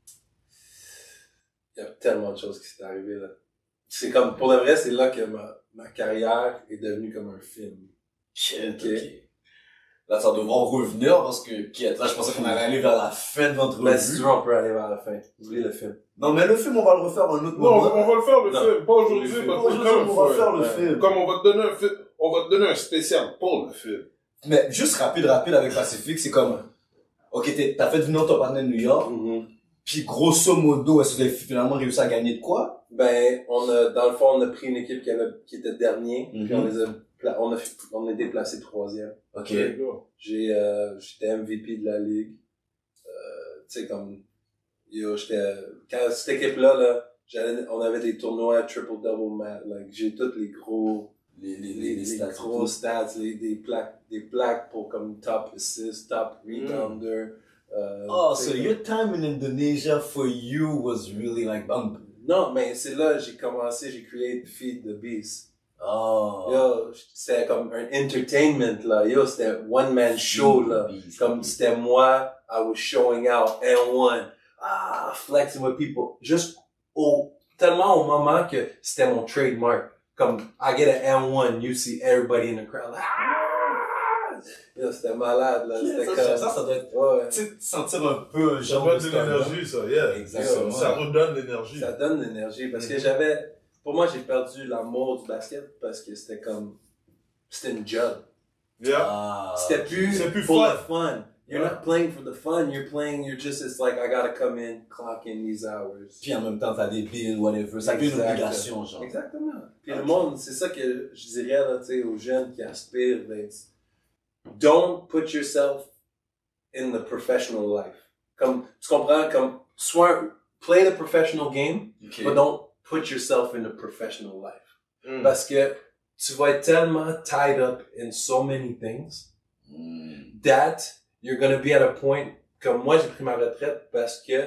Il y a tellement de choses qui s'est arrivé, là. C'est comme, pour le vrai, c'est là que ma, ma carrière est devenue comme un film. Shit, Ok. ok. Là, ça devra revenir parce que, ok, là, je pensais qu'on allait aller vers la fin de votre Ben, si tu revue. veux, on peut aller vers la fin. Oublie le film. Non, mais le film, on va le refaire un autre Non, on, moment. on va le faire le Non. film, pas aujourd'hui, Le film. parce que Aujourd'hui, comme on va faut- faire le Ouais. film. Comme on va te donner un film, on va te donner un spécial pour le film. Mais juste rapide, rapide avec Pacific, c'est comme, ok, t'es- t'as fait venir ton partenaire de New York, Mm-hmm. puis grosso modo, est-ce que vous avez finalement réussi à gagner de quoi? Ben, on a, dans le fond, on a pris une équipe qui avait, qui était dernier, Mhm. puis on les a, pla- on a, fait- on a été placé troisième. Ok. There you go. J'ai, euh, j'étais M V P de la ligue. Euh, tu sais, comme, yo, j'étais, quand cette équipe-là, là, j'allais, on avait des tournois triple-double match, like, j'ai tous les gros, Les, les, les, les, stats, gros tout. stats, les, des plaques, des plaques pour comme top assist, top rebounder. Euh, Oh, tu so sais, your time in Indonesia for you was really like, um, non, mais c'est là, j'ai commencé, j'ai créé Feed the Beast. oh. Yo, c'était comme un entertainment, là. Yo, c'était one man show, là. Comme c'était moi, I was showing out, and one. Ah, flexing with people. Juste au, tellement au moment que c'était mon trademark. Comme, I get an N one, you see everybody in the crowd. Ah! Yo, c'était malade, là. Yeah, C'était ça, comme, ça, ça doit être, ouais, ouais. tu sais, sentir un peu un Ça genre donne de de stand-up. l'énergie, ça, yeah. Exactement. Ça redonne l'énergie. Ça donne de l'énergie parce que Mhm. j'avais, pour moi, j'ai perdu l'amour du basket parce que c'était comme, c'était une job. Yeah. Ah. C'était plus, c'est plus for fun. the fun. You're Ouais. not playing for the fun. You're playing. You're just. It's like I gotta come in, clock in these hours. Puis en même temps, t'as des bills, whatever. Ça devient une Exact. obligation, genre. Exactement. Puis le Ok. monde, c'est ça que je dirais là, tu sais, aux jeunes qui aspirent. Ben, don't put yourself in the professional life. Comme tu comprends, comme soit play the professional game, Ok. but don't put yourself in the professional life. Mm. Parce que tu vas être tellement tied up in so many things Mm. that you're gonna be at a point, comme moi j'ai pris ma retraite parce que,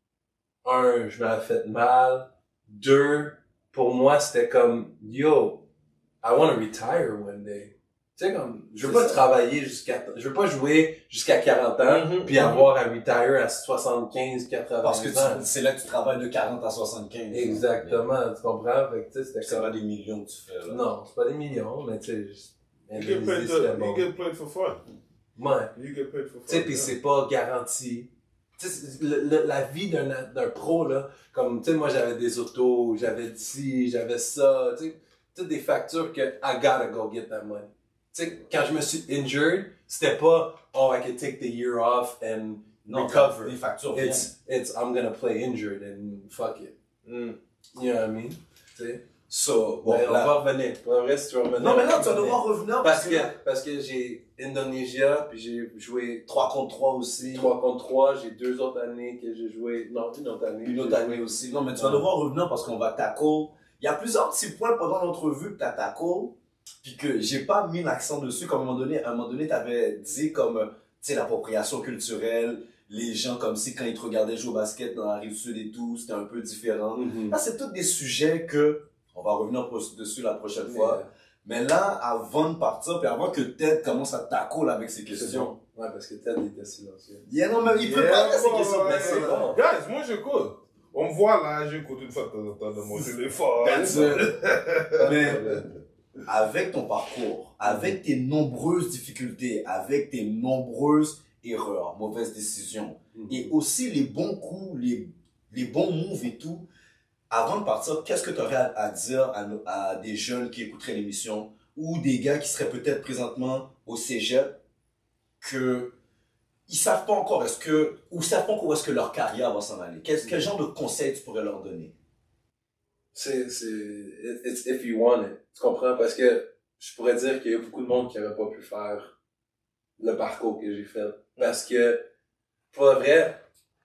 un, je m'avais fait mal, deux, pour moi c'était comme, yo, I want to retire one day. Tu sais, comme, je veux C'est pas ça. travailler jusqu'à, je veux pas jouer jusqu'à quarante ans, Mhm, puis mhm. avoir à retire à soixante-quinze, quatre-vingts Parce que ans. tu- c'est là que tu travailles de quarante à soixante-quinze. Exactement, tu comprends? Fait que, tu sais, c'était C'est comme, pas des millions que tu fais, là. non, c'est pas des millions, mais tu sais, juste- You get paid, Indonésie, to, c'était bon. you get paid for fun. Ouais. You get paid for fun. Tu sais, pis yeah. c'est pas garanti. Tu sais, c'est- le- le- la vie d'un d'un pro, là, comme, tu sais, moi, j'avais des autos, j'avais ci, j'avais ça, tu sais, toutes des factures que I gotta go get that money. Tu sais, quand je me suis injured, c'était pas, oh, I can take the year off and Non, recover. les factures viennent. It's, it's, I'm gonna play injured and fuck it. Mm. You know what I mean? Tu sais. So, bon, Ben, on là- va revenir. Pour le vrai, si tu veux revenir. Non, mais là, on tu vas va devoir revenir. revenir Parce que, parce que j'ai Indonesia, puis j'ai joué trois contre trois aussi. trois contre trois, j'ai deux autres années que j'ai joué, non, une autre année. Une j'ai autre année joué- aussi. Non, mais tu vas Ouais. devoir revenir parce qu'on va tackle. Il y a plusieurs petits points pendant l'entrevue que tu as tackle, puis que j'ai pas mis l'accent dessus. Comme à un moment donné, à un moment donné, tu avais dit comme, euh, tu sais, l'appropriation culturelle, les gens comme si quand ils te regardaient jouer au basket dans la rive sud et tout, c'était un peu différent. Mhm. Là, c'est tous des sujets que, on va revenir pour- dessus la prochaine fois. Mais là, avant de partir, puis avant que Ted commence à tackle avec ces C'est questions. bon. Ouais, parce que Ted était silencieux. Yeah, non, mais il Yeah, préparait ces bon, questions, ouais, mais c'est ouais. bon. Guys, moi j'écoute. On me voit là, j'écoute une fois de temps en temps dans mon téléphone. That's it. Mais avec ton parcours, avec tes nombreuses difficultés, avec tes nombreuses erreurs, mauvaises décisions, Mhm. et aussi les bons coups, les, les bons moves et tout, avant de partir, qu'est-ce que tu aurais à, à dire à, nos- à des jeunes qui écouteraient l'émission ou des gars qui seraient peut-être présentement au cégep que ils savent pas encore est-ce que ou savent pas encore où est-ce que leur carrière va s'en aller. Quel, quel genre de conseils tu pourrais leur donner? C'est, c'est, it- it's if you want it. Tu comprends? Parce que je pourrais dire qu'il y a beaucoup de monde qui n'aurait pas pu faire le parcours que j'ai fait. Parce que, pour le vrai,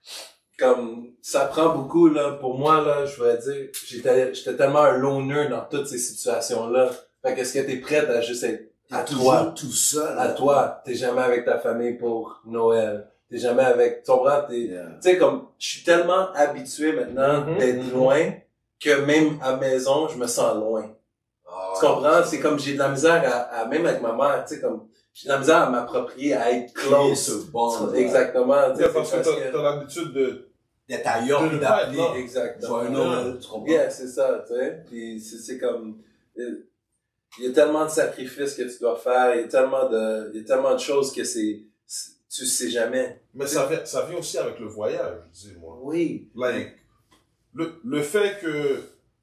comme, ça prend beaucoup, là, pour moi, là, je pourrais dire, j'étais, j'étais tellement un loner dans toutes ces situations-là. Fait que est-ce que t'es prête à juste être à T'es toi? toujours tout seul. À là. toi. T'es jamais avec ta famille pour Noël. T'es jamais avec, tu comprends? T'es, Yeah. tu sais, comme, je suis tellement habitué maintenant Mhm, d'être mhm. loin que même à maison, je me sens loin. Ah, Tu comprends? C'est comme j'ai de la misère à, à même avec ma mère, tu sais, comme, j'ai de la misère à m'approprier, à être créer close. ce bond. Exactement. tu sais, Yeah, c'est parce que parce t'as t'as l'habitude de... D'être ailleurs, De puis ne pas être d'appeler. là. Exactement. Je vois un homme, tu comprends? Yeah, c'est ça, tu sais. Puis c'est, c'est comme, il y a tellement de sacrifices que tu dois faire, il y a tellement de, il y a tellement de choses que c'est, c'est tu sais jamais. Mais ça vient, ça vient aussi avec le voyage, dis-moi. Oui. Like, le, le fait que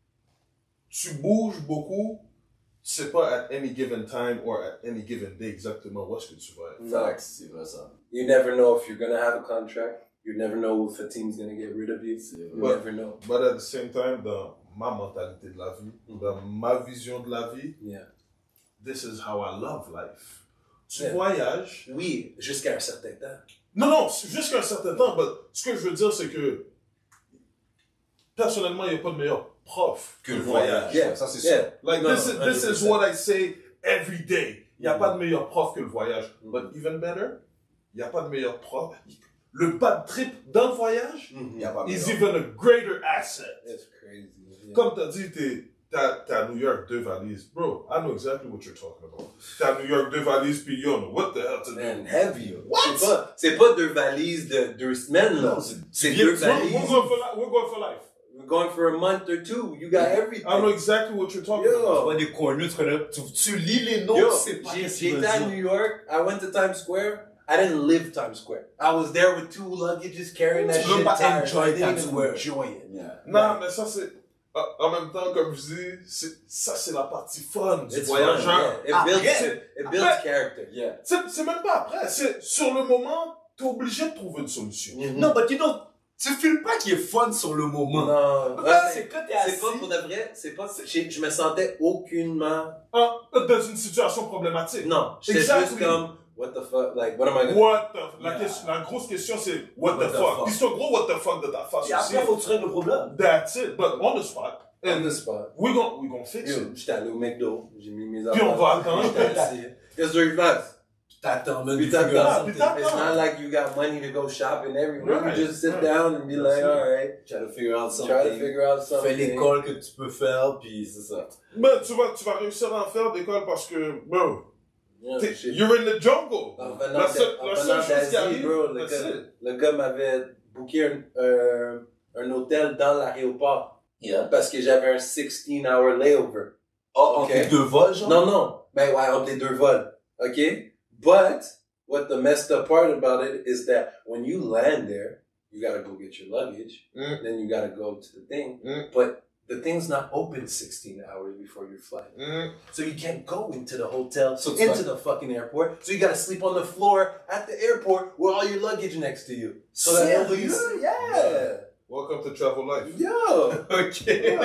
tu bouges beaucoup, tu sais pas at any given time or at any given day exactement où est-ce que tu vas être. Facts. C'est vrai ça. You never know if you're gonna have a contract. You never know if a team's gonna get rid of you. You But- never know. But at the same time, dans ma mentalité de la vie, Mhm. dans ma vision de la vie, Yeah. this is how I love life. Tu Yeah. voyages. Oui, jusqu'à un certain temps. Non, non, c'est jusqu'à un certain temps, mais ce que je veux dire, c'est que personnellement, il n'y a pas de meilleur prof Que le voyage. Yeah. Ça, c'est Yeah. sûr. Like, Non, this, is, non, this is one hundred percent. what I say every day. Il n'y a Mhm. pas de meilleur prof que le voyage. Mhm. But even better, il n'y a pas de meilleur prof. Le bad trip dans le voyage Il y a pas is meilleur. even a greater asset. It's crazy. Yeah. Comme tu as dit, t'es, t'as, t'as à New York deux valises. Bro, I know exactly what you're talking about. T'as à New York deux valises, puis yo, what the hell to do? Man, heavy. What? C'est pas, c'est pas deux valises de deux semaines, là. Non, c'est- C'est viens- deux We're, valises. we're, going for li- we're going for life. We're going for a month or two. You got everything. I know exactly what you're talking Yo. about. Tu vois des corners, tu connais, tu, tu lis les noms, Yo, tu sais pas j'ai- qu'est-ce qu'il j'étais veut à dire. New York. I went to Times Square. I didn't live Times Square. I was there with two luggages carrying that Tu peux shit. pas tired. enjoy I didn't Times even Square. enjoy it. Yeah. Non, mais ça, c'est. En en même temps, comme je dis, c'est, ça, c'est la partie fun du It's voyageur. fun, yeah. It Après- builds, it builds après- character. Yeah. C'est, c'est même pas après. C'est sur le moment, t'es obligé de trouver une solution. Non, but you know, tu files pas qu'il est fun sur le moment. Non, Ouais, ouais, c'est quand t'es c'est assis. pas pour de vrai, c'est pas, j'ai- je me sentais aucunement, Ah, dans une situation problématique. non, j'étais Exactly. juste comme, what the fuck, like, what am I gonna What the, la, Yeah. question, la grosse question, c'est what, What the, the fuck. fuck. Puis c'est un gros what the fuck de ta face Et aussi. après, faut que tu règles le problème. That's it. But on the spot. on And the spot. we're gonna, we're gonna fix Yo, it. j'étais allé au McDo, j'ai mis mes Puis on affaires. va attendre. J'étais assis. Qu'est-ce que tu fais? T'attends, même. Puis tu t'attends. figures out Puis something. t'attends. It's not like you got money to go shopping everywhere. Right, You just sit right. down and be like, That's it. alright, Try to figure out try to something. figure out something. Fais l'école que tu peux faire, puis c'est ça. Ben, tu vas, tu vas réussir à en faire d'école parce que, bro, Yeah, t'es- shit. you're in the jungle. En venant La de- seule, en la venant seule chose qui d'Asie, arrive, bro, le that's gars, it. le gars m'avait booké un, euh, un hôtel dans l'aéroport Yeah. parce que j'avais un sixteen hour layover. Oh, entre Ok. les deux vols, genre? Non, non. Ben ouais, entre les deux vols. OK? But, what the messed up part about it is that when you land there, you gotta go get your luggage. Mm. Then you gotta go to the thing. Mm. But the thing's not open sixteen hours before your flight. Mm. So you can't go into the hotel, So it's into like- the fucking airport. So you gotta sleep on the floor at the airport with all your luggage next to you. So that nobody's... Sérieux? Yeah! Welcome to travel life. Yo! Ok.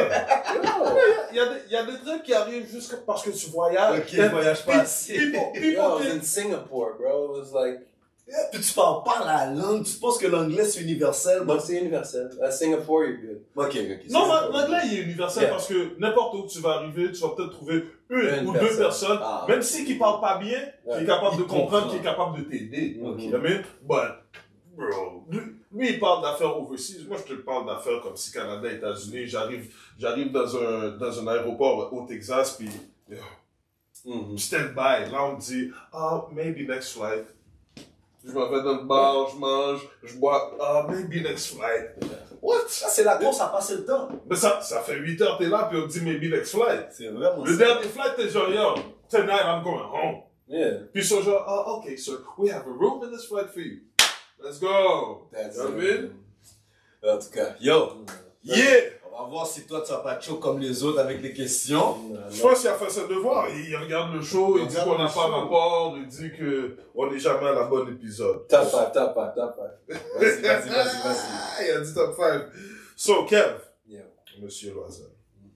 Yo! Il y, a des, il y a des trucs qui arrivent juste parce que tu voyages. Ok, je voyage pas assez. People, Yo, people I was think- in Singapore, bro. It was like... Puis tu parles pas la langue, tu penses que l'anglais c'est universel. But c'est universel. At Singapore, you're good. Ok, ok. Non, c'est- mais l'anglais il est universel Yeah. parce que n'importe où tu vas arriver, tu vas peut-être trouver une, Une ou personne. deux personnes, Ah. même si qui parlent pas bien, Ouais. qui est capable Il de comprendre, comprend. qui est capable de t'aider. Ok. You know what I mean? But, bro, lui, lui, il parle d'affaires overseas. Moi, je te parle d'affaires comme si Canada, États-Unis, j'arrive, j'arrive dans un, dans un aéroport au Texas, puis yo, Mm-hmm. stand by. Là, on me dit, ah, maybe next flight. Je m'en vais dans le bar, je mange, je bois, ah, maybe next flight. What? Ça, c'est la course à passer le temps. Mais ça, ça fait huit heures t'es là, puis on te dit maybe next flight. C'est vraiment Le ça. dernier flight, t'es genre, yo, tonight I'm going home. Yeah. Puis ils sont genre, ah, okay, sir, we have a room in this flight for you. Let's go. That's You know what I mean? En tout cas, yo, Yeah! on va voir si toi tu vas pas chaud comme les autres avec les questions. Je pense qu'il a fait ses devoirs. Il regarde le show, il Il dit regarde qu'on n'a le pas show. rapport, il dit qu'on n'est jamais à la bonne épisode. Top five, top five, top five. Vas-y, vas-y, vas-y, vas-y. Ah, il a dit top five. So, Kev, Yeah. Monsieur Loisel,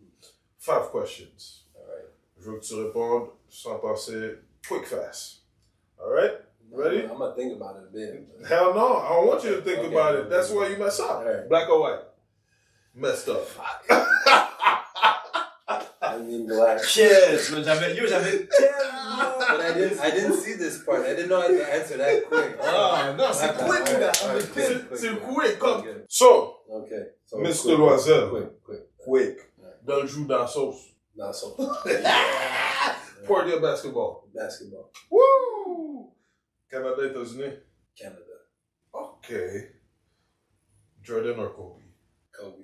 five questions. Alright. Je veux que tu répondes sans passer quick fast. Alright? Ready? I'm gonna think about it a bit. Hell no, I don't want you to think Okay. about it. That's why you mess up. Alright. Black or white? Messed up. I mean black. Yes, mais j'avais, yo, j'avais tellement. But I didn't, I didn't see this part. I didn't know I had to answer that quick. Ah, non, c'est Okay, quick, alright, gars. alright, C'est quick, C'est quick, quick, comme. Okay. So, Okay. So Mister quick, Loisel. Quick, quick. quick. Alright. Dans le jus dans la sauce. Not so. Party basketball. Basketball. Woo! Canada, États-Unis. Canada. Okay. Jordan or Kobe? Kobe.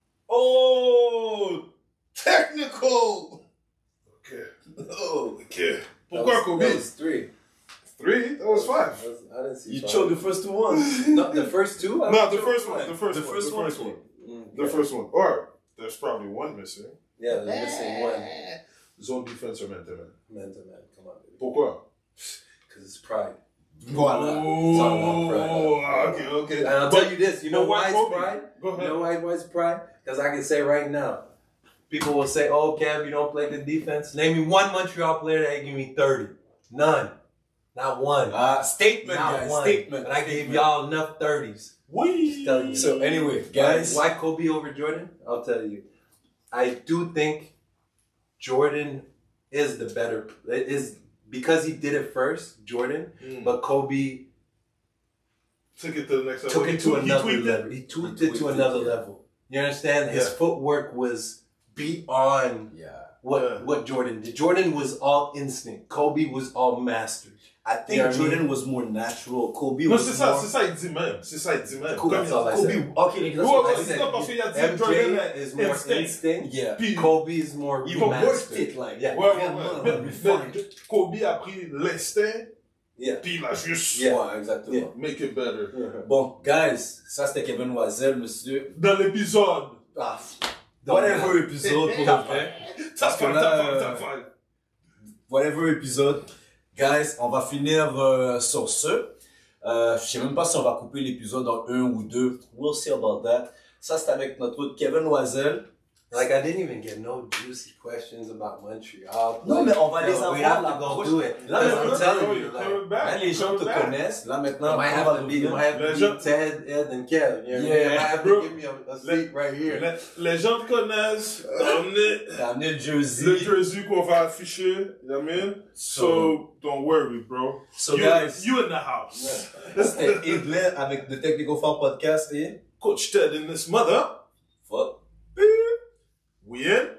Oh! Technical! Okay. Oh! Okay. That Pourquoi was- Kobe? That was three. Three? That was five. That was- I didn't see You five. chose the first two ones. No, the first two? I No, the chose first one. The first The one. first the one. first one. Mm, The yeah. first one. Or there's probably one missing. Yeah, there's missing one. Zone defense or man to man. Man to man, come on, baby. Pourquoi? Because it's pride. Voilà. It's all about pride. Oh, okay, okay. And I'll But- tell you this, you know but why it's Kobe? pride? Go You ahead. know why, why it's pride? Because I can say right now, people will say, oh, Kev, you don't play good defense. Name me one Montreal player that give me thirty. None. Not one. Ah, statement, Not guys. one. Statement. And I gave Statement. y'all enough thirties. Wee. Tell you. So anyway, guys. Why Kobe over Jordan? I'll tell you. I do think Jordan is the better. It is because he did it first, Jordan. Mm. But Kobe Took it to the next level. took He it to tweaked- he another tweaked it. level. He tweaked He it to tweaked it, another yeah. level. You understand? His Yeah. footwork was beyond Yeah. what Yeah. what Jordan did. Jordan was all instinct. Kobe was all mastered. I think You know what I Jordan mean? was more natural. Kobe Non, was c'est ça, more... c'est ça, il dit même. C'est ça, il dit même. Kobe, Comme il That's all I dit, said. Kobe, ok, les gars, Ouais, that's what ouais, I c'est said. ça, parce qu'il a dit M Jordan J is more instinct. instinct. Yeah. Puis Puis- Kobe is more You worked remastered. it, like, Yeah. Ouais, ouais, vraiment, ouais. Mais- refined. mais Kobe a pris l'instinct, Yeah. puis il a juste Yeah. Ouais, exactement. Yeah. make it better. Bon, guys, ça c'était Kevin Loisel, monsieur. Dans l'épisode, Ah, whatever épisode pour le vrai. Parce que top là, five, euh, top five. whatever épisode. Guys, on va finir euh, sur ce. Euh, je sais même pas si on va couper l'épisode en un ou deux. We'll see about that. Ça, c'est avec notre autre Kevin Loisel. Like I didn't even get no juicy questions about Montreal. Non, Like, mais on va les yo, avoir We have la to go prochaine- do it. Là, Because maintenant, I'm telling Bro, you, you're like, coming back, Là, les gens coming te back. connaissent. Là, maintenant, it might on have va to be, nous it might have Les to gens- be Ted, Ed, and Kev. You know what I mean? Yeah, It might have bro. to give me a, a seat right here. Les, les gens te connaissent. On est T'as amené le jersey. le jersey qu'on va afficher, you know what I mean? So, don't worry, bro. So, you, guys, you in the house. c'était Edler avec The Technical Foul Podcast et Coach Ted in this mother. fuck. We in?